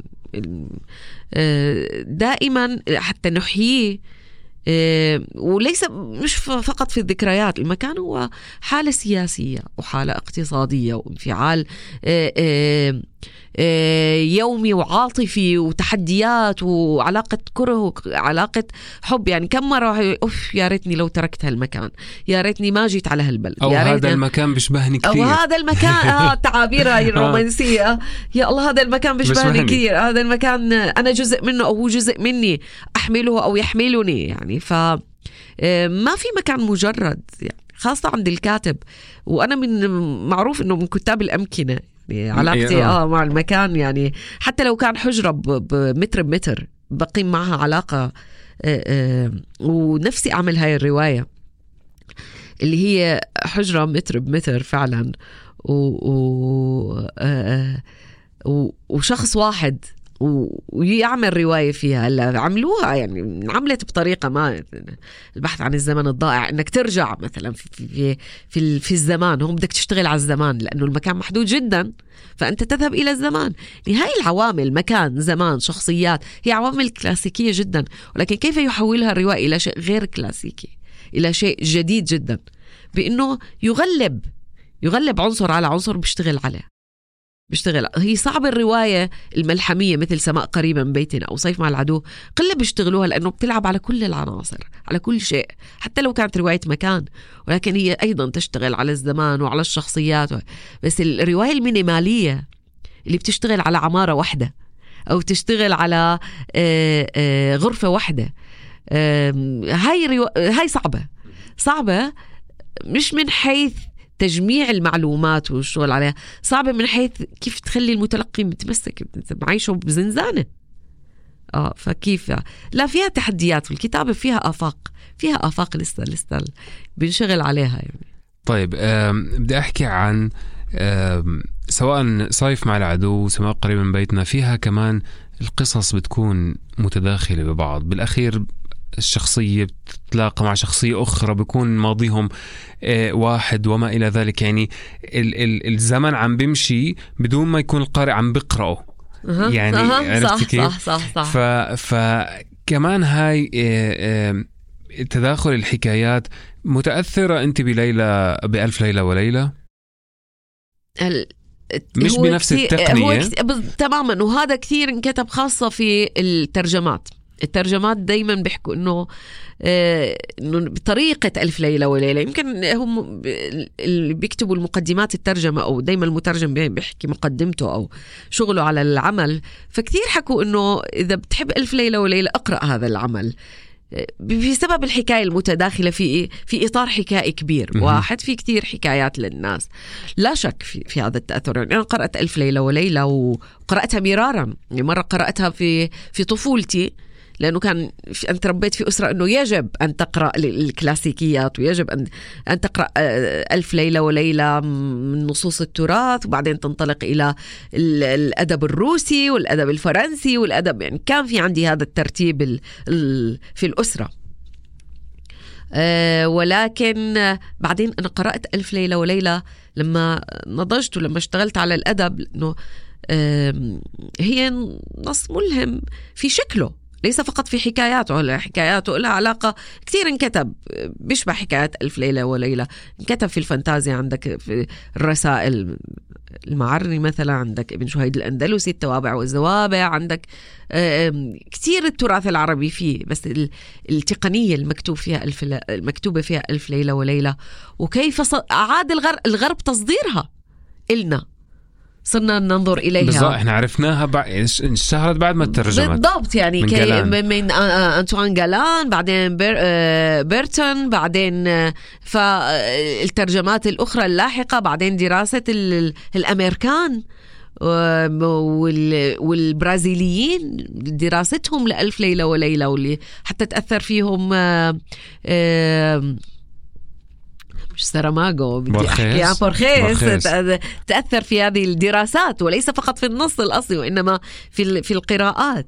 دائما حتى نحييه، وليس مش فقط في الذكريات. المكان هو حالة سياسية وحالة اقتصادية وانفعال يومي وعاطفي وتحديات وعلاقة كره وعلاقة حب. يعني كم مرة يا ريتني لو تركت هالمكان، يا ريتني ما جيت على هالبلد، أو هذا المكان بيشبهني كثير، أو هذا المكان تعابير هاي الرومانسية. يا الله هذا المكان بيشبهني كثير، هذا المكان أنا جزء منه أو هو جزء مني، أحمله أو يحملني. يعني ما في مكان مجرد، يعني خاصة عند الكاتب. وأنا من معروف إنه من كتاب الأمكنة، يعني علاقتي مع المكان، يعني حتى لو كان حجرة بمتر بمتر بقيم معها علاقة. ونفسي أعمل هاي الرواية اللي هي حجرة متر بمتر فعلا، وشخص واحد ويعمل رواية فيها. هلا عملوها، يعني عملت بطريقة ما، البحث عن الزمن الضائع، انك ترجع مثلا في الزمان. هم بدك تشتغل على الزمان لأنه المكان محدود جدا، فأنت تذهب إلى الزمان. هاي العوامل، مكان، زمان، شخصيات، هي عوامل كلاسيكية جدا، ولكن كيف يحولها الروائي إلى شيء غير كلاسيكي، إلى شيء جديد جدا، بأنه يغلب عنصر على عنصر بيشتغل عليه. هي صعب الرواية الملحمية مثل سماء قريبة من بيتنا أو صيف مع العدو، قلة بيشتغلوها لأنه بتلعب على كل العناصر، على كل شيء، حتى لو كانت رواية مكان، ولكن هي أيضا تشتغل على الزمان وعلى الشخصيات. بس الرواية المينيمالية اللي بتشتغل على عمارة واحدة أو تشتغل على غرفة واحدة، هاي صعبة مش من حيث تجميع المعلومات والشغل عليها، صعبة من حيث كيف تخلي المتلقي متمسك، معيشه بزنزانة. فكيف لا، فيها تحديات، والكتابة فيها آفاق لسه بنشغل عليها يعني. طيب بدي أحكي عن سواء صيف مع العدو، سماء قريبة من بيتنا، فيها كمان القصص بتكون متداخلة ببعض. بالأخير الشخصية بتتلاقى مع شخصية أخرى بيكون ماضيهم واحد وما إلى ذلك، يعني الزمن عم بيمشي بدون ما يكون القارئ عم بقرأه. يعني عرفت كيف؟ صح. فكمان هاي تداخل الحكايات متأثرة. أنت بألف ليلة وليلة مش بنفس التقنية تماما. وهذا كثير انكتب خاصة في الترجمات دايما بيحكوا إنه بطريقة ألف ليلة وليلة. يمكن هم اللي بيكتبوا المقدمات الترجمة أو دايما المترجم بيحكي مقدمته أو شغله على العمل، فكثير حكوا إنه إذا بتحب ألف ليلة وليلة أقرأ هذا العمل بسبب الحكاية المتداخلة في إطار حكائي كبير واحد، في كتير حكايات للناس لا شك في هذا التأثر. يعني أنا قرأت ألف ليلة وليلة وقرأتها مرارا، يعني مرة قرأتها في طفولتي، لأنه كان أنا تربيت في أسرة أنه يجب أن تقرأ الكلاسيكيات ويجب أن تقرأ ألف ليلة وليلة من نصوص التراث، وبعدين تنطلق إلى الأدب الروسي والأدب الفرنسي والأدب، يعني كان في عندي هذا الترتيب في الأسرة. ولكن بعدين أنا قرأت ألف ليلة وليلة لما نضجت ولما اشتغلت على الأدب، لأنه هي نص ملهم في شكله، ليس فقط في حكاياته. حكاياته لها علاقة كثير، انكتب بيشبه حكايات ألف ليلة وليلة، انكتب في الفانتازيا، عندك في الرسائل المعري مثلا، عندك ابن شهيد الأندلسي التوابع والزوابع، عندك كثير التراث العربي فيه، بس التقنية المكتوبة فيها ألف ليلة وليلة، وكيف أعاد الغرب تصديرها إلنا، صرنا ننظر إليها. بالضبط، احنا عرفناها اشتهرت بعد ما ترجمت. بالضبط، يعني من أنطوان جالان، بعدين بيرتون، بعدين فالترجمات الأخرى اللاحقة، بعدين دراسة الأمريكان والبرازيليين، دراستهم لألف ليلة وليلة، واللي حتى تأثر فيهم مش ساراماغو، بدي أحكي عن بورخيس، تأثر في هذه الدراسات، وليس فقط في النص الأصلي وإنما في القراءات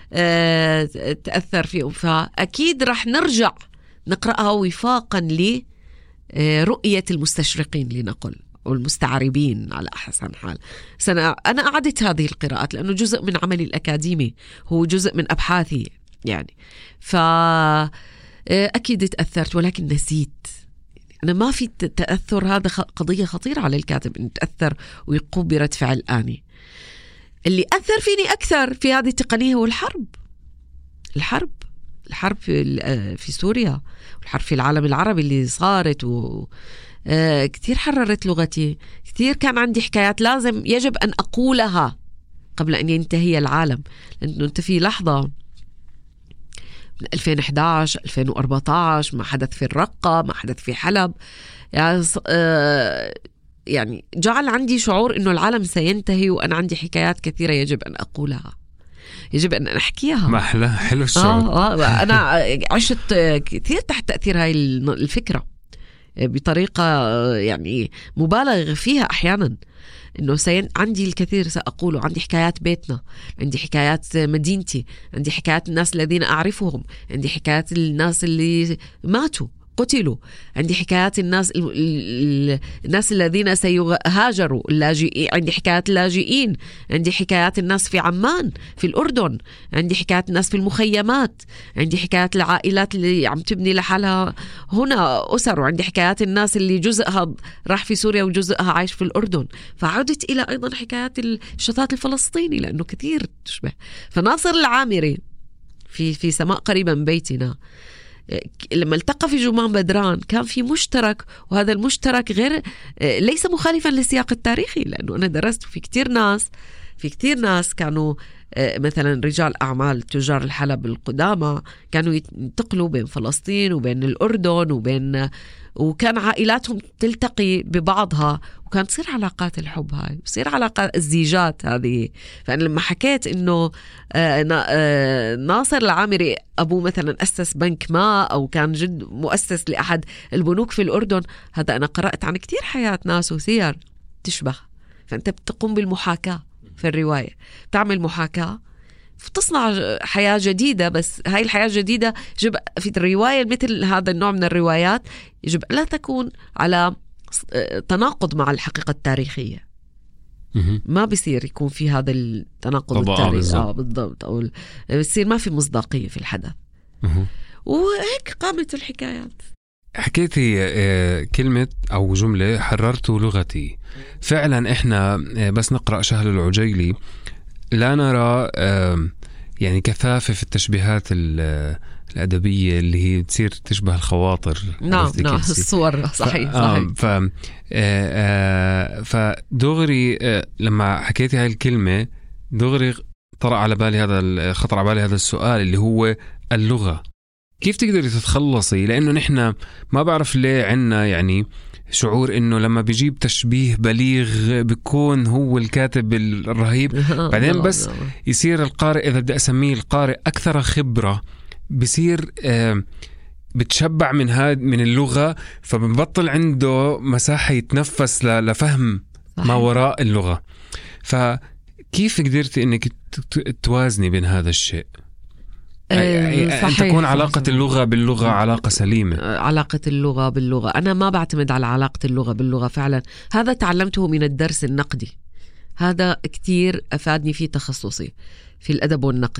تأثر فيهم. فأكيد رح نرجع نقرأها وفاقا لرؤية المستشرقين لنقل، والمستعربين على أحسن حال. أنا أعدت هذه القراءات لأنه جزء من عملي الأكاديمي، هو جزء من أبحاثي يعني، فأكيد تأثرت، ولكن نسيت. أنا ما في تأثر، هذا قضية خطيرة على الكاتب إنه تأثر ويقوم برد فعل آني. اللي أثر فيني أكثر في هذه التقنية هو الحرب في سوريا، والحرب في العالم العربي اللي صارت، كتير حررت لغتي، كتير كان عندي حكايات يجب أن أقولها قبل أن ينتهي العالم، لأنه أنت في لحظة من 2011 2014 ما حدث في الرقة، ما حدث في حلب، يعني جعل عندي شعور إنه العالم سينتهي، وأنا عندي حكايات كثيرة يجب أن أقولها، يجب أن أحكيها. ما حلو الشعور. أنا عشت كثير تحت تأثير هاي الفكرة بطريقة يعني مبالغ فيها أحيانا، إنه عندي الكثير سأقوله، عندي حكايات بيتنا، عندي حكايات مدينتي، عندي حكايات الناس الذين أعرفهم، عندي حكايات الناس اللي ماتوا قتلوا، عندي حكايات الناس الذين سيهاجروا، اللاجئين، عندي حكايات اللاجئين، عندي حكايات الناس في عمان في الأردن، عندي حكايات الناس في المخيمات، عندي حكايات العائلات اللي عم تبني لحالها هنا أسر، وعندي حكايات الناس اللي جزءها راح في سوريا وجزءها عايش في الأردن. فعودت إلى أيضا حكايات الشتات الفلسطيني لأنه كثير تشبه. فناصر العامري في سماء قريبا من بيتنا لما التقى في جمان بدران كان في مشترك، وهذا المشترك ليس مخالفا للسياق التاريخي، لأنه أنا درست في كتير ناس كانوا مثلا رجال أعمال تجار الحلب القدامى كانوا ينتقلوا بين فلسطين وبين الأردن وكان عائلاتهم تلتقي ببعضها، وكانت تصير علاقات الحب هاي، تصير علاقات الزيجات هذه. فأنا لما حكيت إنه ناصر العامري أبوه مثلا أسس بنك ما، أو كان جد مؤسس لأحد البنوك في الأردن، هذا أنا قرأت عن كتير حياة ناس وسير تشبه. فأنت بتقوم بالمحاكاة في الرواية، تعمل محاكاة تصنع حياة جديدة، بس هاي الحياة الجديدة يجب في الرواية مثل هذا النوع من الروايات يجب لا تكون على تناقض مع الحقيقة التاريخية. ما بيصير يكون في هذا التناقض التاريخي بالضبط، أو بيصير ما في مصداقية في الحدث. وهيك قامت الحكايات. حكيتي كلمة أو جملة حررت لغتي. فعلا إحنا بس نقرأ شهل العجيلي لا نرى يعني كثافة في التشبيهات الأدبية اللي هي تصير تشبه الخواطر. نعم الصور صحيح. فدغري لما حكيتي هاي الكلمة دغري خطر على بالي هذا السؤال اللي هو اللغة. كيف تقدري تتخلصي؟ لأنه نحن ما بعرف ليه عنا يعني شعور إنه لما بيجيب تشبيه بليغ بيكون هو الكاتب الرهيب، بعدين بس يصير القارئ، إذا بدي أسميه القارئ أكثر خبرة، بيصير بتشبع من اللغة، فبنبطل عنده مساحة يتنفس لفهم ما وراء اللغة. فكيف قدرتي إنك توازني بين هذا الشيء؟ أن تكون علاقة اللغة باللغة علاقة سليمة. علاقة اللغة باللغة، أنا ما بعتمد على علاقة اللغة باللغة فعلا. هذا تعلمته من الدرس النقدي، هذا كتير أفادني في تخصصي في الأدب والنقد.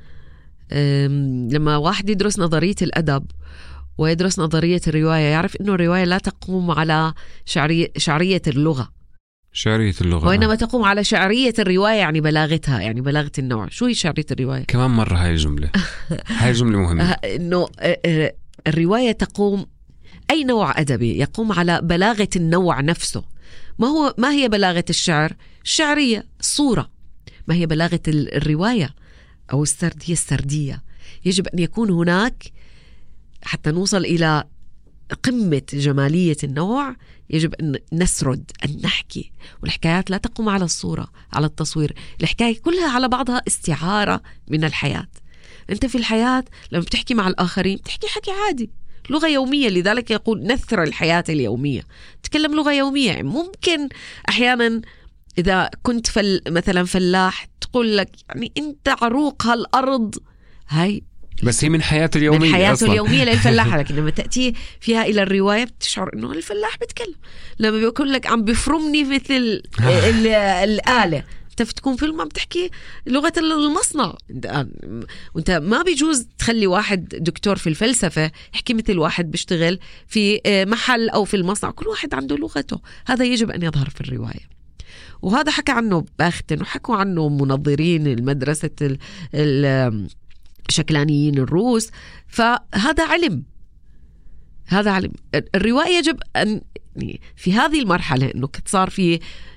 لما واحد يدرس نظرية الأدب ويدرس نظرية الرواية يعرف إنه الرواية لا تقوم على شعرية اللغة، وإنما تقوم على شعرية الرواية، يعني بلاغتها، يعني بلاغة النوع. شو هي شعرية الرواية؟ كمان مرة هاي الجملة هاي جملة مهمة. إنه الرواية تقوم، أي نوع أدبي يقوم على بلاغة النوع نفسه. ما هي بلاغة الشعر؟ الشعرية، الصورة. ما هي بلاغة الرواية أو السردية؟ يجب أن يكون هناك، حتى نوصل إلى قمة جمالية النوع، يجب أن نسرد، أن نحكي. والحكايات لا تقوم على الصورة، على التصوير. الحكاية كلها على بعضها استعارة من الحياة. أنت في الحياة لما بتحكي مع الآخرين بتحكي حكي عادي، لغة يومية. لذلك يقول نثر الحياة اليومية، تكلم لغة يومية. ممكن أحيانا إذا كنت مثلا فلاح تقول لك يعني أنت عروق هالأرض، هاي بس هي من حياته اليومية، من حياته اليومية للفلاح. لكن لما تأتي فيها إلى الرواية بتشعر إنه الفلاح بيتكلم. لما بيقول لك عم بفرمني مثل الآلة، أنت بتكون فيلم عم تحكي لغة المصنع. وأنت ما بيجوز تخلي واحد دكتور في الفلسفة يحكي مثل واحد بيشتغل في محل أو في المصنع. كل واحد عنده لغته، هذا يجب أن يظهر في الرواية. وهذا حكى عنه باختن وحكوا عنه منظرين المدرسة الشكلانيين الروس. فهذا علم، هذا علم. الرواية يجب أن في هذه المرحلة أنه صار في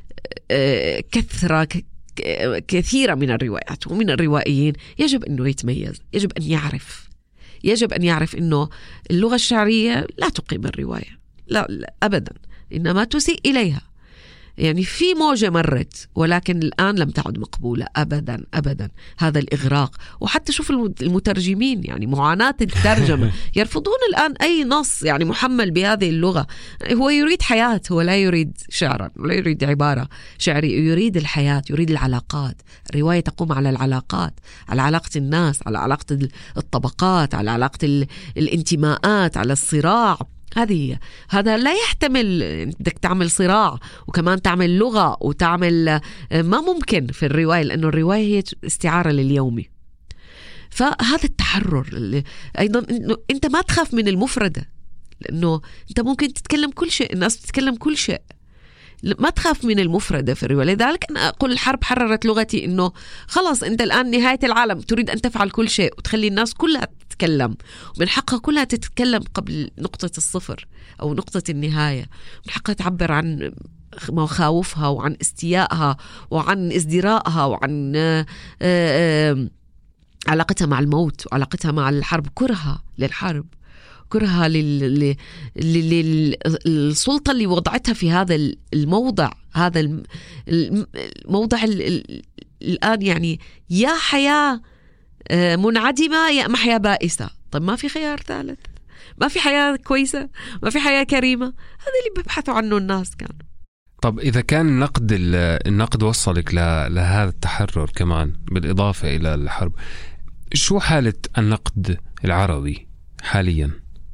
كثرة كثيرة من الروايات ومن الروائيين، يجب أنه يتميز، يجب أن يعرف أنه اللغة الشعرية لا تقيم الرواية، لا أبدا، إنما تسيء إليها. يعني في موجة مرت ولكن الآن لم تعد مقبولة أبدا أبدا. هذا الإغراق. وحتى شوف المترجمين، يعني معاناة الترجمة. يرفضون الآن أي نص يعني محمل بهذه اللغة. هو يريد حياة، هو لا يريد شعرا ولا يريد عبارة شعرية، يريد الحياة، يريد العلاقات. الرواية تقوم على العلاقات، على علاقة الناس، على علاقة الطبقات، على علاقة الانتماءات، على الصراع. هذا لا يحتمل بدك تعمل صراع وكمان تعمل لغة وتعمل، ما ممكن في الرواية، لأنه الرواية هي استعارة لليومي. فهذا التحرر أيضا، إنه أنت ما تخاف من المفردة، لأنه أنت ممكن تتكلم كل شيء، الناس تتكلم كل شيء، ما تخاف من المفردة في الرواية. لذلك أنا أقول الحرب حررت لغتي، إنه خلاص أنت الآن نهاية العالم، تريد أن تفعل كل شيء وتخلي الناس كلها تتكلم، ومن حقها كلها تتكلم قبل نقطة الصفر أو نقطة النهاية. من حقها تعبر عن مخاوفها وعن استيائها وعن ازدراءها وعن علاقتها مع الموت وعلاقتها مع الحرب، كرهها للحرب، كرهها للسلطة اللي وضعتها في هذا الموضع. هذا الموضع الآن يعني يا حياة منعدمة يا إما حياة بائسة. طيب ما في خيار ثالث، ما في حياة كويسة، ما في حياة كريمة. هذا اللي بيبحثوا عنه الناس كانوا. طب إذا كان النقد وصلك لهذا التحرر كمان بالإضافة إلى الحرب، شو حالة النقد العربي حاليا؟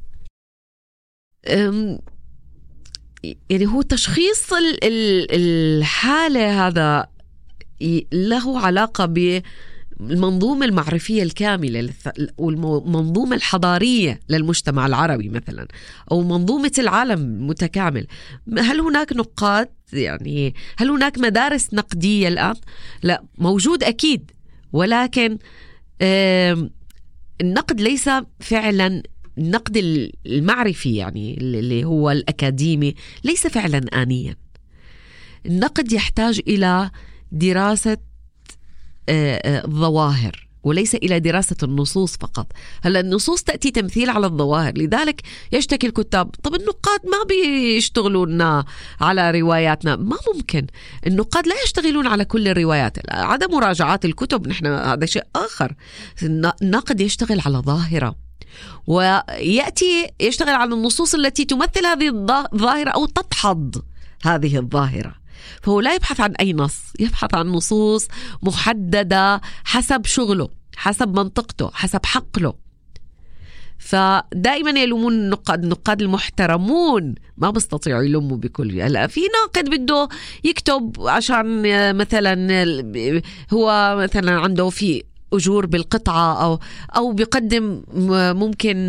يعني هو تشخيص الحالة هذا له علاقة المنظومة المعرفية الكاملة والمنظومة الحضارية للمجتمع العربي مثلا، أو منظومة العالم متكامل. هل هناك نقاد؟ يعني هل هناك مدارس نقدية الآن؟ لا، موجود أكيد، ولكن النقد ليس فعلا النقد المعرفي، يعني اللي هو الأكاديمي، ليس فعلا آنيا. النقد يحتاج إلى دراسة الظواهر وليس إلى دراسة النصوص فقط. هلا النصوص تأتي تمثيل على الظواهر، لذلك يشتكي الكتاب طب النقاد ما بيشتغلون على رواياتنا. ما ممكن، النقاد لا يشتغلون على كل الروايات، عدم مراجعات الكتب نحن هذا شيء آخر. الناقد يشتغل على ظاهرة، ويأتي يشتغل على النصوص التي تمثل هذه الظاهرة أو تدحض هذه الظاهرة. فهو لا يبحث عن أي نص، يبحث عن نصوص محددة حسب شغله، حسب منطقته، حسب حقله. فدائما يلومون النقاد المحترمون ما بيستطيعوا يلوموا بكل. هلا في ناقد بده يكتب عشان مثلا هو مثلا عنده في أجور بالقطعة أو بيقدم ممكن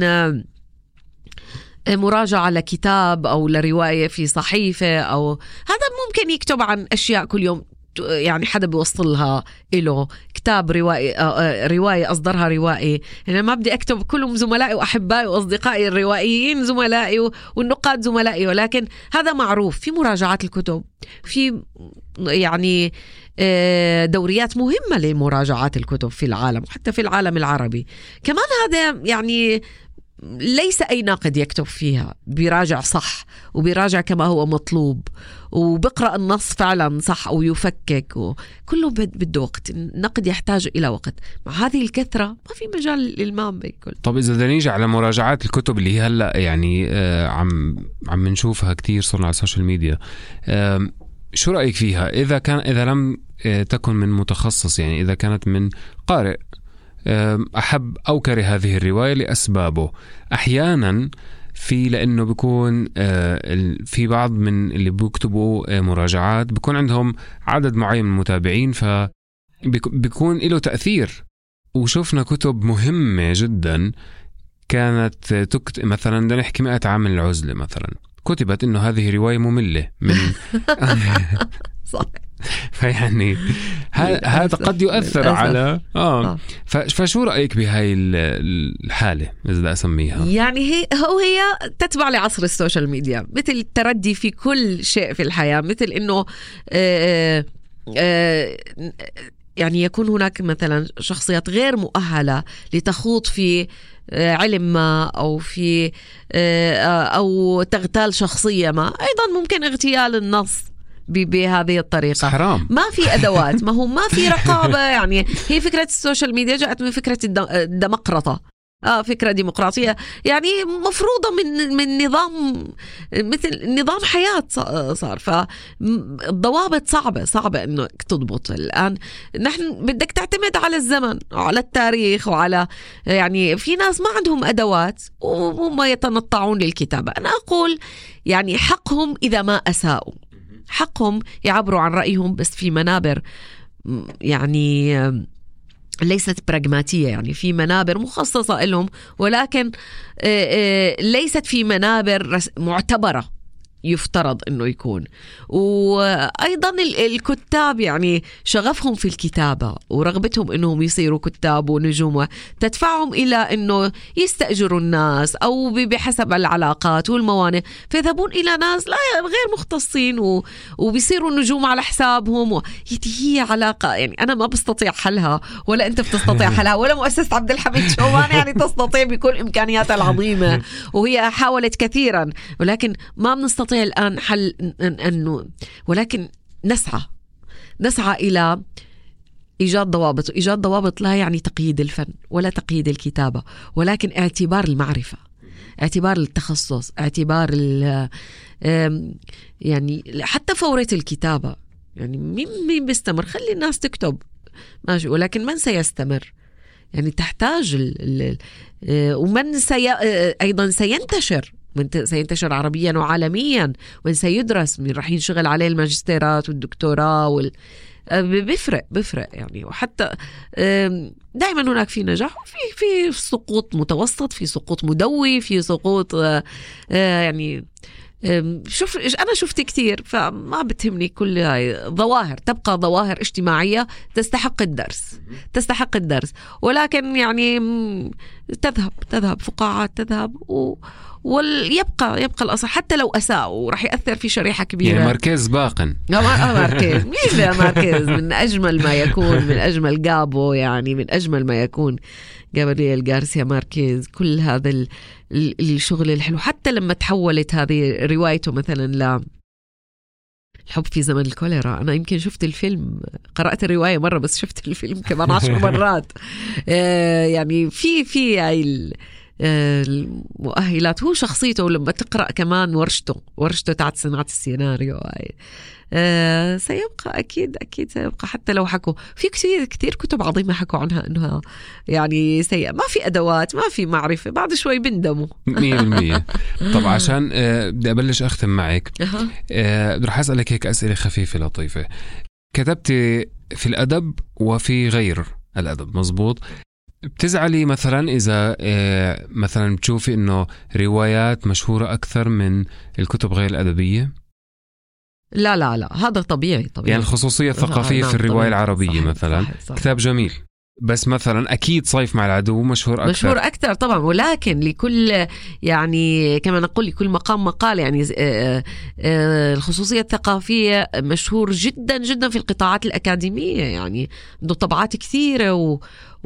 مراجعة لكتاب أو لرواية في صحيفة، أو هذا ممكن يكتب عن أشياء كل يوم يعني حدا بيوصلها إله كتاب رواية أصدرها روائي. أنا ما بدي أكتب كلهم زملائي وأحبائي وأصدقائي الروائيين زملائي والنقاد زملائي، ولكن هذا معروف في مراجعات الكتب، في يعني دوريات مهمة لمراجعات الكتب في العالم وحتى في العالم العربي كمان. هذا يعني ليس أي ناقد يكتب فيها بيراجع صح وبيراجع كما هو مطلوب وبقرأ النص فعلا صح أو يفكك، كله بده وقت. النقد يحتاج إلى وقت. مع هذه الكثرة ما في مجال للإلمام بكل. طب إذا بدنا نيجي على مراجعات الكتب اللي هي هلأ يعني عم نشوفها كتير صرنا على السوشيال ميديا، شو رأيك فيها؟ إذا لم تكن من متخصص، يعني إذا كانت من قارئ أحب أو كره هذه الرواية لأسبابه، أحيانا لأنه بيكون في بعض من اللي بيكتبوا مراجعات بيكون عندهم عدد معين من المتابعين، فبيكون له تأثير. وشوفنا كتب مهمة جدا كانت مثلا بدنا نحكي 100 عام من العزلة مثلا، كتبت إنه هذه رواية مملة من صح. فيعني هذا قد يؤثر على فشو رأيك بهاي الحالة إذا أسميها؟ يعني هي تتبع لعصر السوشيال ميديا، مثل التردي في كل شيء في الحياة، مثل إنه يعني يكون هناك مثلا شخصيات غير مؤهلة لتخوض في علم ما أو في أو تغتال شخصية ما، أيضا ممكن اغتيال النص بهذه الطريقة. حرام. ما في أدوات، ما هو ما في رقابة. يعني هي فكرة السوشيال ميديا جاءت من فكرة الديمقراطة، فكرة ديمقراطية يعني مفروضة من نظام، مثل نظام حياة صار. فالضوابط صعبة إنه تضبط. الآن نحن بدك تعتمد على الزمن وعلى التاريخ وعلى يعني في ناس ما عندهم أدوات وهم يتنطعون للكتابة. أنا أقول يعني حقهم إذا ما أساءوا، حقهم يعبروا عن رأيهم بس في منابر يعني ليست براغماتية، يعني في منابر مخصصة لهم، ولكن ليست في منابر معتبرة يفترض أنه يكون. وأيضا الكتاب يعني شغفهم في الكتابة ورغبتهم أنهم يصيروا كتاب ونجوم تدفعهم إلى أنه يستأجروا الناس أو بحسب العلاقات والموانئ، فيذهبون إلى ناس لا غير مختصين وبيصيروا نجوم على حسابهم. هي علاقة يعني أنا ما بستطيع حلها ولا أنت بتستطيع حلها ولا مؤسسة عبد الحميد شومان يعني تستطيع بكل إمكانياتها العظيمة، وهي حاولت كثيرا ولكن ما بنستطيع الآن حل أنه، ولكن نسعى إلى إيجاد ضوابط. إيجاد ضوابط لا يعني تقييد الفن ولا تقييد الكتابة، ولكن اعتبار المعرفة، اعتبار التخصص، اعتبار يعني حتى فورة الكتابة. يعني مين بيستمر؟ خلي الناس تكتب ماشي، ولكن من سيستمر؟ يعني تحتاج ومن أيضا سينتشر عربيا وعالميا، ومن سيدرس، من راح ينشغل عليه الماجستيرات والدكتوراه بفرق يعني. وحتى دائما هناك في نجاح، في سقوط متوسط، في سقوط مدوي، في سقوط يعني أنا شفت كتير، فما بتهمني كل هاي ظواهر، تبقى ظواهر اجتماعية تستحق الدرس، ولكن يعني تذهب فقاعات، تذهب ويبقى الأصل حتى لو أساءوا راح يأثر في شريحة كبيرة. يعني ماركيز باقن. ماركيز مين ماركيز من أجمل ما يكون، من أجمل جابو، يعني من أجمل ما يكون جابرييل غارسيا ماركيز. كل هذا الشغل الحلو، حتى لما تحولت هذه روايته مثلا الحب في زمن الكوليرا. أنا يمكن شفت الفيلم، قرأت الرواية مرة بس شفت الفيلم كمان 10 مرات. يعني في هاي المؤهلات. هو شخصيته لما تقرأ كمان ورشته تاعت صناعة السيناريو سيبقى أكيد سيبقى. حتى لو حكوا في كتير كتب عظيمة حكوا عنها إنها يعني سيئة، ما في أدوات، ما في معرفة، بعد شوي بندموا 100%. طب عشان بدي أبلش أختم معك، رح أسألك هيك أسئلة خفيفة لطيفة. كتبتي في الأدب وفي غير الأدب، مزبوط؟ بتزعلي مثلا إذا مثلا بتشوفي إنه روايات مشهورة أكثر من الكتب غير الأدبية؟ لا هذا طبيعي. يعني الخصوصية الثقافية في الرواية طبيعي. العربية صحيح مثلا صحيح. كتاب جميل، بس مثلا أكيد صيف مع العدو مشهور أكثر طبعا. ولكن لكل يعني كما نقول لكل مقام مقال. يعني الخصوصية الثقافية مشهور جدا جدا في القطاعات الأكاديمية، يعني عنده طبعات كثيرة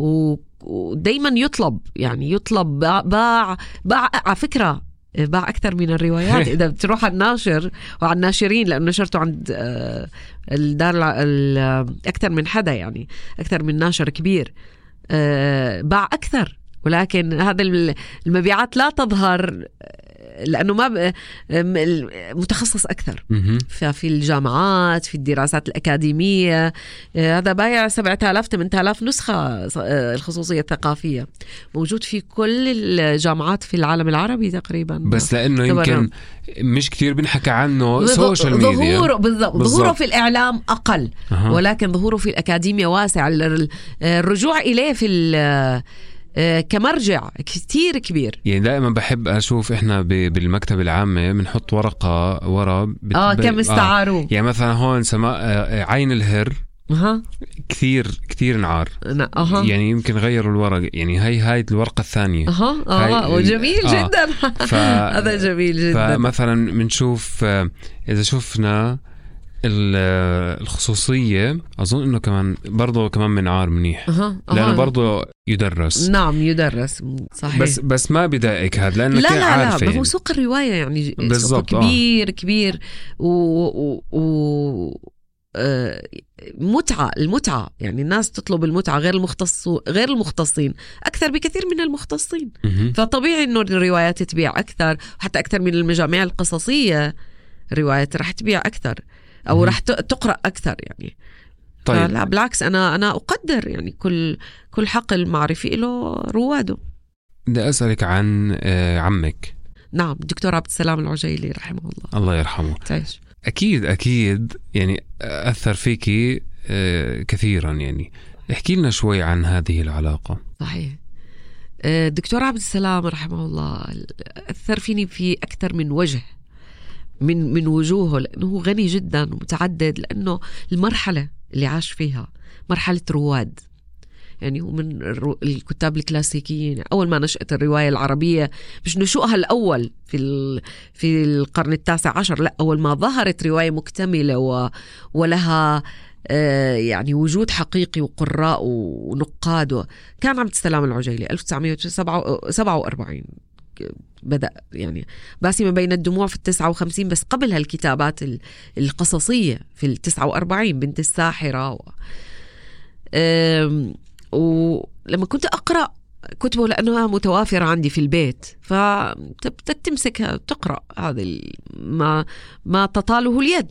ودايما يطلب باع على فكرة، باع أكثر من الروايات. إذا بتروح على الناشر وعلى الناشرين، لأنه نشرته عند الدار أكثر من حدا، يعني أكثر من ناشر كبير، باع أكثر. ولكن هذا المبيعات لا تظهر لأنه ما متخصص أكثر. ففي الجامعات، في الدراسات الأكاديمية، هذا بايع 7,000-8,000 نسخة. الخصوصية الثقافية موجود في كل الجامعات في العالم العربي تقريبا، بس لأنه يمكن مش كتير بنحكى عنه سوشيال ميديا. ظهوره في الإعلام أقل، ولكن ظهوره في الأكاديمية واسع. الرجوع إليه في كمرجع كتير كبير. يعني دائما بحب أشوف إحنا بالمكتبة العامة بنحط ورقة ورا كم استعاروا. يعني مثلا هون عين الهر كثير نعار. يعني يمكن غيروا الورق، يعني هاي الورقة الثانية. وجميل جدا. هذا جميل جدا. فمثلا بنشوف إذا شفنا الخصوصية، أظن إنه كمان من عار منيح. لأنه برضو يدرس. نعم يدرس صحيح. بس ما بدايك هذا، لأنه لا ما هو سوق الرواية يعني بالضبط كبير المتعة يعني الناس تطلب المتعة، غير المختصين أكثر بكثير من المختصين. فطبيعي إنه الروايات تبيع أكثر، حتى أكثر من المجامع القصصية. الروايات رح تبيع أكثر أو رح تقرأ أكثر يعني. طيب. لا بالعكس، أنا أقدر يعني كل حقل معرفي له رواده. بدي أسألك عن عمك. نعم، الدكتور عبد السلام العجيلي رحمه الله يرحمه. تعيش. أكيد يعني أثر فيكي كثيرا. يعني احكي لنا شوي عن هذه العلاقة. صحيح. الدكتور عبد السلام رحمه الله أثر فيني في أكثر من وجه من وجوهه، لأنه غني جدا ومتعدد. لأنه المرحلة اللي عاش فيها مرحلة رواد، يعني هو من الكتاب الكلاسيكيين. أول ما نشأت الرواية العربية، مش نشوءها الأول في القرن 19، لا، أول ما ظهرت رواية مكتملة ولها يعني وجود حقيقي وقراء ونقاد، كان عبد السلام العجيلي 1947 بدأ. يعني باسمة بين الدموع في 59، بس قبلها الكتابات القصصية في 49 بنت الساحرة ولما كنت أقرأ كتبه لأنها متوافرة عندي في البيت، فتمسكها تقرأ هذا ما تطاله اليد.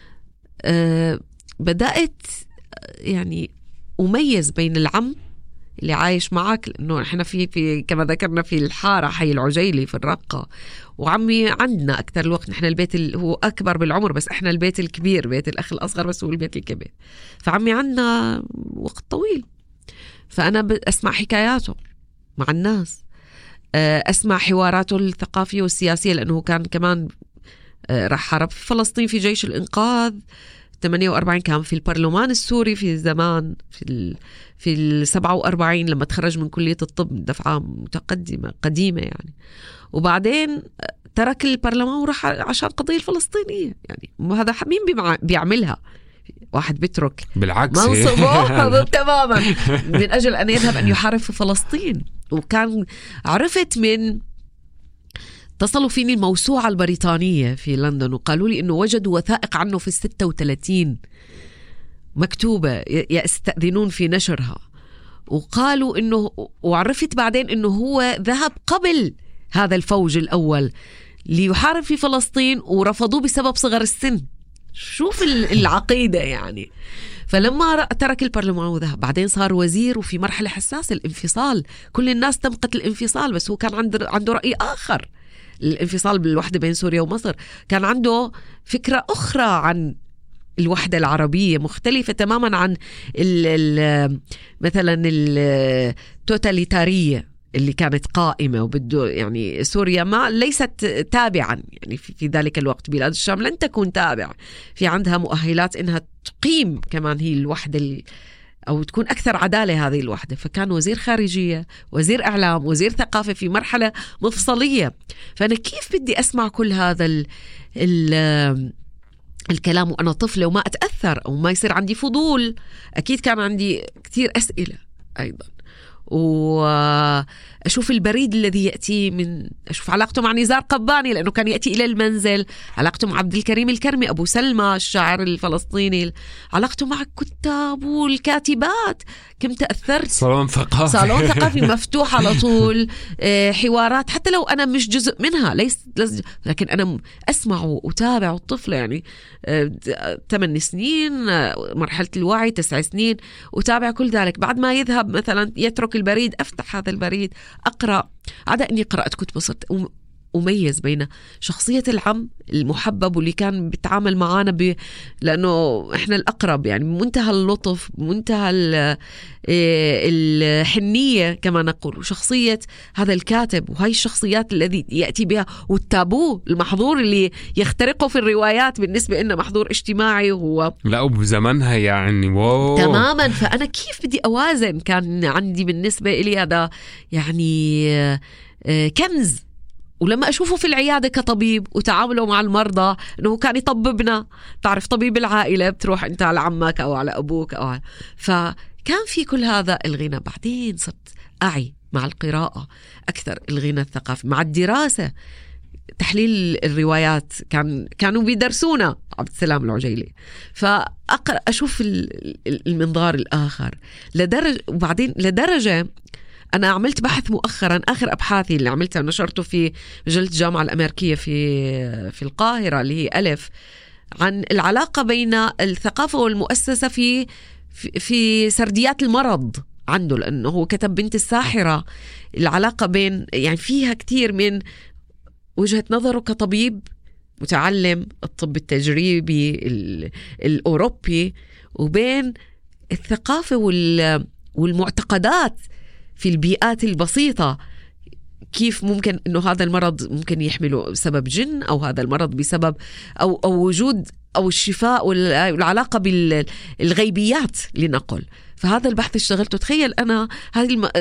بدأت يعني أميز بين العم، اللي عايش معك، لأنه إحنا في كما ذكرنا في الحارة حي العجيلي في الرقة، وعمي عندنا أكثر الوقت. نحن البيت هو أكبر بالعمر، بس إحنا البيت الكبير، بيت الأخ الأصغر بس هو البيت الكبير. فعمي عندنا وقت طويل، فأنا أسمع حكاياته مع الناس، أسمع حواراته الثقافية والسياسية، لأنه كان كمان راح حارب في فلسطين في جيش الإنقاذ 48، كان في البرلمان السوري في زمان في 47 لما تخرج من كلية الطب، دفعة متقدمة قديمة يعني. وبعدين ترك البرلمان وراح عشان القضية الفلسطينية. يعني هذا مين بيعملها؟ واحد بيترك بالعكس منصبه تماما من أجل أن يذهب أن يحارب في فلسطين. وكان عرفت من اتصلوا فيني الموسوعة البريطانية في لندن وقالوا لي إنه وجدوا وثائق عنه في 36 مكتوبة يستأذنون في نشرها، وقالوا إنه، وعرفت بعدين إنه هو ذهب قبل هذا الفوج الأول ليحارب في فلسطين ورفضوه بسبب صغر السن. شوف العقيدة يعني. فلما ترك البرلمان وذهب، بعدين صار وزير، وفي مرحلة حساسة الانفصال، كل الناس تمقت الانفصال، بس هو كان عنده رأي آخر. الانفصال بالوحدة بين سوريا ومصر، كان عنده فكرة أخرى عن الوحدة العربية مختلفة تماما عن مثلا التوتاليتارية اللي كانت قائمة، وبده يعني سوريا ما ليست تابعا، يعني في ذلك الوقت بلاد الشام لن تكون تابع، في عندها مؤهلات إنها تقيم كمان هي الوحدة أو تكون أكثر عدالة هذه الوحدة. فكان وزير خارجية، وزير إعلام، وزير ثقافة في مرحلة مفصلية. فأنا كيف بدي أسمع كل هذا الكلام وأنا طفلة وما أتأثر أو ما يصير عندي فضول؟ أكيد كان عندي كثير أسئلة أيضا. وأشوف البريد الذي يأتي أشوف علاقته مع نزار قباني لأنه كان يأتي إلى المنزل، علاقته مع عبد الكريم الكرمي أبو سلمى الشاعر الفلسطيني، علاقته مع الكتاب والكاتبات. كم تأثرت. صالون ثقافي مفتوح على طول، حوارات حتى لو أنا مش جزء منها، لكن أنا أسمع وأتابع. الطفلة يعني 8 سنين، مرحلة الوعي 9 سنين، وتابع كل ذلك. بعد ما يذهب مثلا يترك البريد، أفتح هذا البريد أقرأ. عدا أني قرأت كتب، صرت أميز بين شخصية العم المحبب واللي كان بيتعامل معانا لأنه إحنا الأقرب، يعني منتهى اللطف، منتهى الحنية كما نقول، وشخصية هذا الكاتب وهي الشخصيات الذي يأتي بها، والتابو المحظور اللي يخترقه في الروايات بالنسبة إنه محظور اجتماعي وهو لا بزمنها يعني واو تماما. فأنا كيف بدي أوازن؟ كان عندي بالنسبة إلي هذا يعني كنز. ولما أشوفه في العيادة كطبيب وتعامله مع المرضى، أنه كان يطببنا، تعرف طبيب العائلة، بتروح أنت على عمك أو على أبوك فكان في كل هذا الغنى. بعدين صرت أعي مع القراءة أكثر، الغنى الثقافي مع الدراسة، تحليل الروايات. كانوا بيدرسونا عبد السلام العجيلي، فأقرأ أشوف المنظار الآخر وبعدين لدرجة أنا عملت بحث مؤخرا، آخر أبحاثي اللي عملتها نشرته في مجلة الجامعة الأمريكية في القاهرة اللي هي ألف، عن العلاقة بين الثقافة والمؤسسة في سرديات المرض عنده، لأنه هو كتب بنت الساحرة. العلاقة بين يعني فيها كتير من وجهة نظره كطبيب متعلم الطب التجريبي الأوروبي، وبين الثقافة والمعتقدات في البيئات البسيطة. كيف ممكن إنه هذا المرض ممكن يحمله بسبب جن، أو هذا المرض بسبب أو وجود أو الشفاء والعلاقة بالغيبيات لنقل. فهذا البحث اشتغلته. تخيل أنا هذه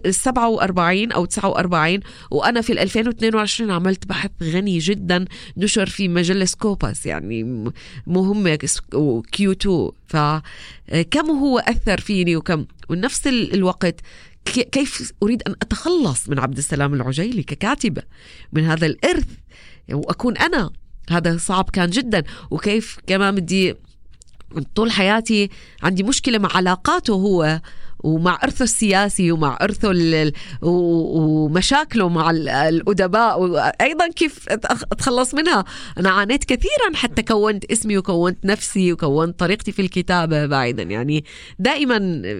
47 أو 49 وأنا في 2022 عملت بحث غني جدا نشر في مجلة سكوباس، يعني مهمة Q2. فكم هو أثر فيني وكم، ونفس الوقت كيف أريد أن أتخلص من عبد السلام العجيلي ككاتبة من هذا الإرث وأكون أنا. هذا صعب كان جدا. وكيف كمان بدي طول حياتي عندي مشكلة مع علاقاته هو ومع إرثه السياسي ومع إرثه ومشاكله مع الأدباء، وأيضا كيف أتخلص منها. أنا عانيت كثيرا حتى كونت اسمي وكونت نفسي وكونت طريقتي في الكتابة بعيدا. يعني دائما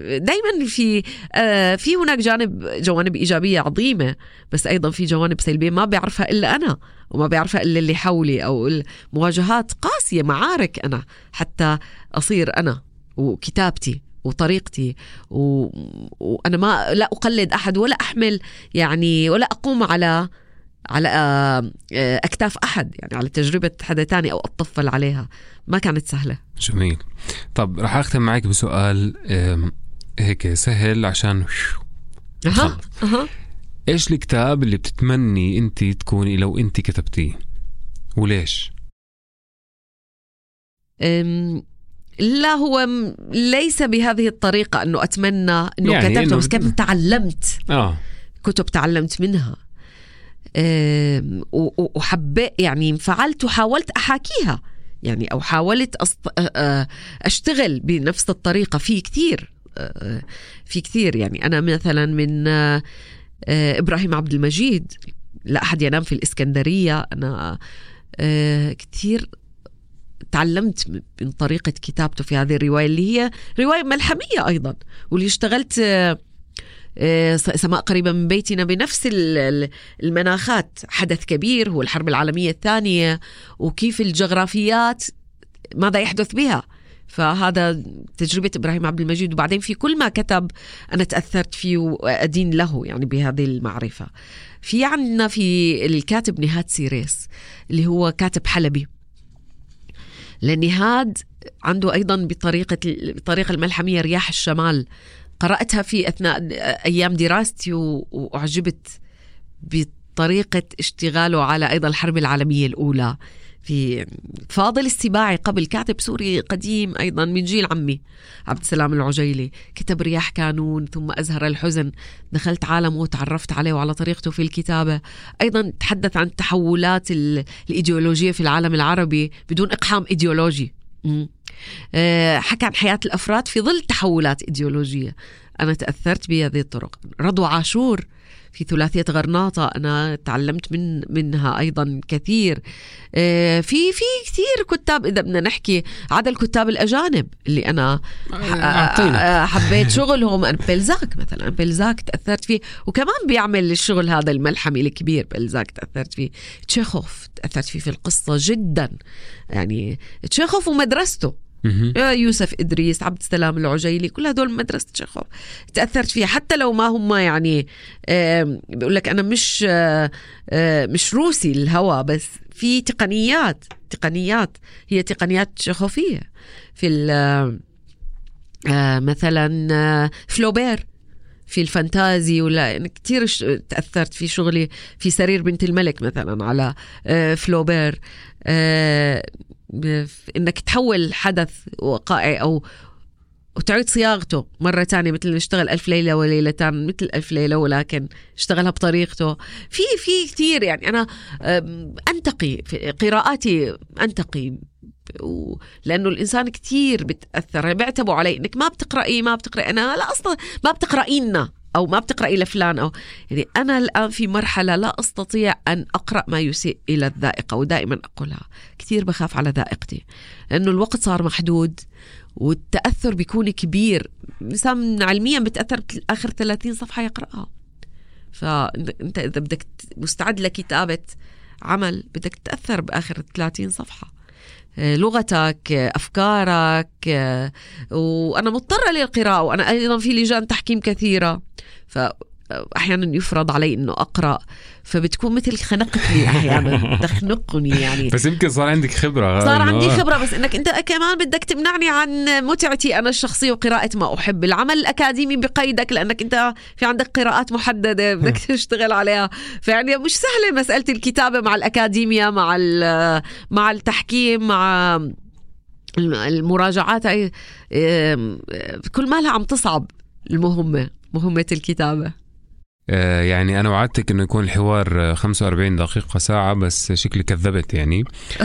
في هناك جوانب إيجابية عظيمة، بس أيضا في جوانب سلبية ما بيعرفها إلا أنا وما بيعرفها إلا اللي حولي، أو المواجهات قاسية، معارك أنا حتى أصير أنا وكتابتي وطريقتي وأنا لا أقلد أحد ولا أحمل يعني ولا أقوم على أكتاف أحد، يعني على تجربة حدا تاني أو أطفل عليها. ما كانت سهلة. جميل. طب رح أختم معك بسؤال هيك سهل عشان إيش الكتاب اللي بتتمني أنت تكوني لو أنت كتبتيه وليش؟ لا، هو ليس بهذه الطريقة أنه أتمنى أنه يعني كتبته، بس كيف تعلمت كتب تعلمت منها وحبيت يعني فعلت وحاولت أحاكيها يعني، أو حاولت أشتغل بنفس الطريقة في كثير يعني. أنا مثلا من إبراهيم عبد المجيد، لا أحد ينام في الإسكندرية، أنا كثير تعلمت من طريقة كتابته في هذه الرواية اللي هي رواية ملحمية أيضا، واللي اشتغلت سماء قريبة من بيتنا بنفس المناخات. حدث كبير هو الحرب العالمية الثانية، وكيف الجغرافيات ماذا يحدث بها. فهذا تجربة إبراهيم عبد المجيد. وبعدين في كل ما كتب أنا تأثرت فيه وأدين له يعني بهذه المعرفة. في عندنا في الكاتب نهاد سيريس اللي هو كاتب حلبي، لنهاد عنده أيضا بطريقة الملحمية رياح الشمال، قرأتها في أثناء أيام دراستي وأعجبت بطريقة اشتغاله على أيضا الحرب العالمية الأولى. في فاضل السباعي قبل، كاتب سوري قديم أيضا من جيل عمي عبد السلام العجيلي، كتب رياح كانون ثم أزهر الحزن. دخلت عالمه وتعرفت عليه وعلى طريقته في الكتابة. أيضا تحدث عن التحولات الإيديولوجية في العالم العربي بدون إقحام إيديولوجي. حكى عن حياة الأفراد في ظل تحولات إيديولوجية. أنا تأثرت بهذه الطرق. رضوى عاشور في ثلاثية غرناطة أنا تعلمت منها أيضا كثير. في كثير كتاب، إذا بدنا نحكي عدا الكتاب الأجانب اللي أنا حبيت شغلهم. بلزاك مثلا، بلزاك تأثرت فيه، وكمان بيعمل الشغل هذا الملحمي الكبير. بلزاك تأثرت فيه. تشيخوف تأثرت فيه في القصة جدا يعني، تشيخوف ومدرسته، يوسف إدريس، عبد السلام العجيلي، كل هدول مدرسة تشيخوف تأثرت فيها. حتى لو ما هم يعني بيقول لك أنا مش روسي الهوى، بس في تقنيات هي تقنيات تشيخوفية في مثلا فلوبير في الفانتازي، ولا يعني كتير تأثرت في شغلي في سرير بنت الملك مثلا على فلوبير. إنك تحول حدث وقائع أو وتعيد صياغته مرة تانية، مثل نشتغل 1000 ليلة وليلتان، مثل 1000 ليلة ولكن اشتغلها بطريقته. في كتير يعني. أنا أنتقي في قراءاتي، أنتقي لأنه الإنسان كتير بتأثر. بيعتبوا علي إنك ما بتقرأي أنا لا، أصلا ما بتقرأينا أو ما بتقرأي لفلان، أو يعني أنا الآن في مرحلة لا أستطيع أن أقرأ ما يسيء إلى الذائقة، ودائما أقولها كتير بخاف على ذائقتي لأنه الوقت صار محدود والتأثر بيكون كبير. إنسان علميا بتأثر آخر 30 صفحة يقرأها. فأنت إذا بدك مستعد لكتابة عمل بدك تتأثر بآخر 30 صفحة. لغتك، أفكارك، وأنا مضطرة للقراءة، وأنا أيضا في لجان تحكيم كثيرة، فأحيانا يفرض علي أنه أقرأ، فبتكون مثل خنقتني أحيانا تخنقني يعني. بس يمكن صار عندك خبرة. صار عندي خبرة، بس إنك أنت كمان بدك تمنعني عن متعتي أنا الشخصية وقراءة ما أحب. العمل الأكاديمي بقيدك لأنك أنت في عندك قراءات محددة بدك تشتغل عليها. فيعني مش سهلة مسألة الكتابة مع الأكاديمية، مع التحكيم، مع المراجعات. كل ما لها عم تصعب مهمة الكتابة. يعني أنا وعدتك إنه يكون الحوار 45 دقيقة ساعة، بس شكلي كذبت يعني.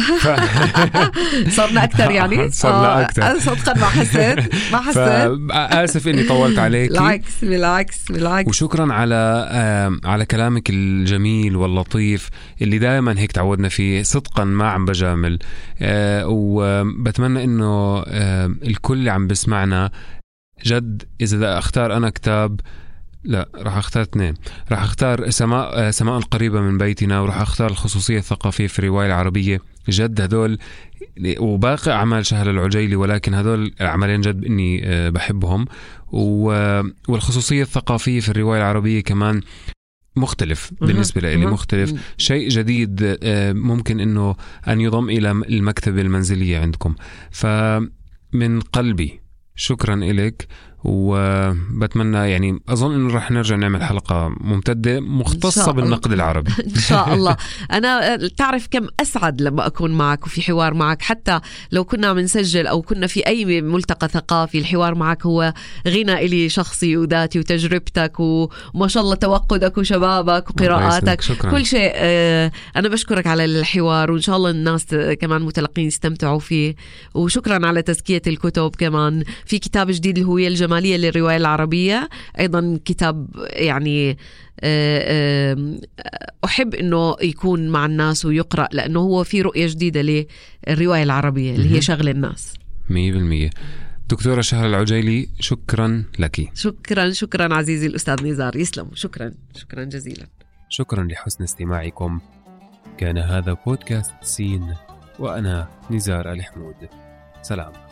صرنا أكتر يعني. صرنا أكتر صدقا ما حسيت آسف إني طولت عليك. بالعكس. وشكرا على كلامك الجميل واللطيف اللي دائما هيك تعودنا فيه. صدقا ما عم بجامل. وبتمنى إنه الكل اللي عم بسمعنا جد، إذا أختار أنا كتاب، لا راح أختار 2. راح أختار سماء قريبة من بيتنا، وراح أختار الخصوصية الثقافية في الرواية العربية. جد هدول وباقي أعمال شهر العجيلي، ولكن هدول العملين جد إني بحبهم. والخصوصية الثقافية في الرواية العربية كمان مختلف بالنسبة لي، مختلف، شيء جديد ممكن إنه أن يضم إلى المكتبة المنزلية عندكم. فمن قلبي شكرا إليك، وبتمنى يعني أظن إنه رح نرجع نعمل حلقة ممتدة مختصة بالنقد العربي إن شاء الله. أنا تعرف كم أسعد لما أكون معك وفي حوار معك، حتى لو كنا منسجل أو كنا في أي ملتقى ثقافي، الحوار معك هو غنى إلي شخصي وذاتي، وتجربتك وما شاء الله توقدك وشبابك وقراءاتك، كل شيء. أنا بشكرك على الحوار، وإن شاء الله الناس كمان متلقين يستمتعوا فيه. وشكرا على تزكية الكتب. كمان في كتاب جديد الهوية الجمالية للرواية العربية، أيضا كتاب يعني أحب أنه يكون مع الناس ويقرأ، لأنه هو في رؤية جديدة للرواية العربية اللي هي شغل الناس 100%. دكتورة شهر العجيلي، شكرا لك. شكرا عزيزي الأستاذ نزار، يسلم. شكرا جزيلا. شكرا لحسن استماعكم. كان هذا بودكاست سين، وأنا نزار الحمود. سلام.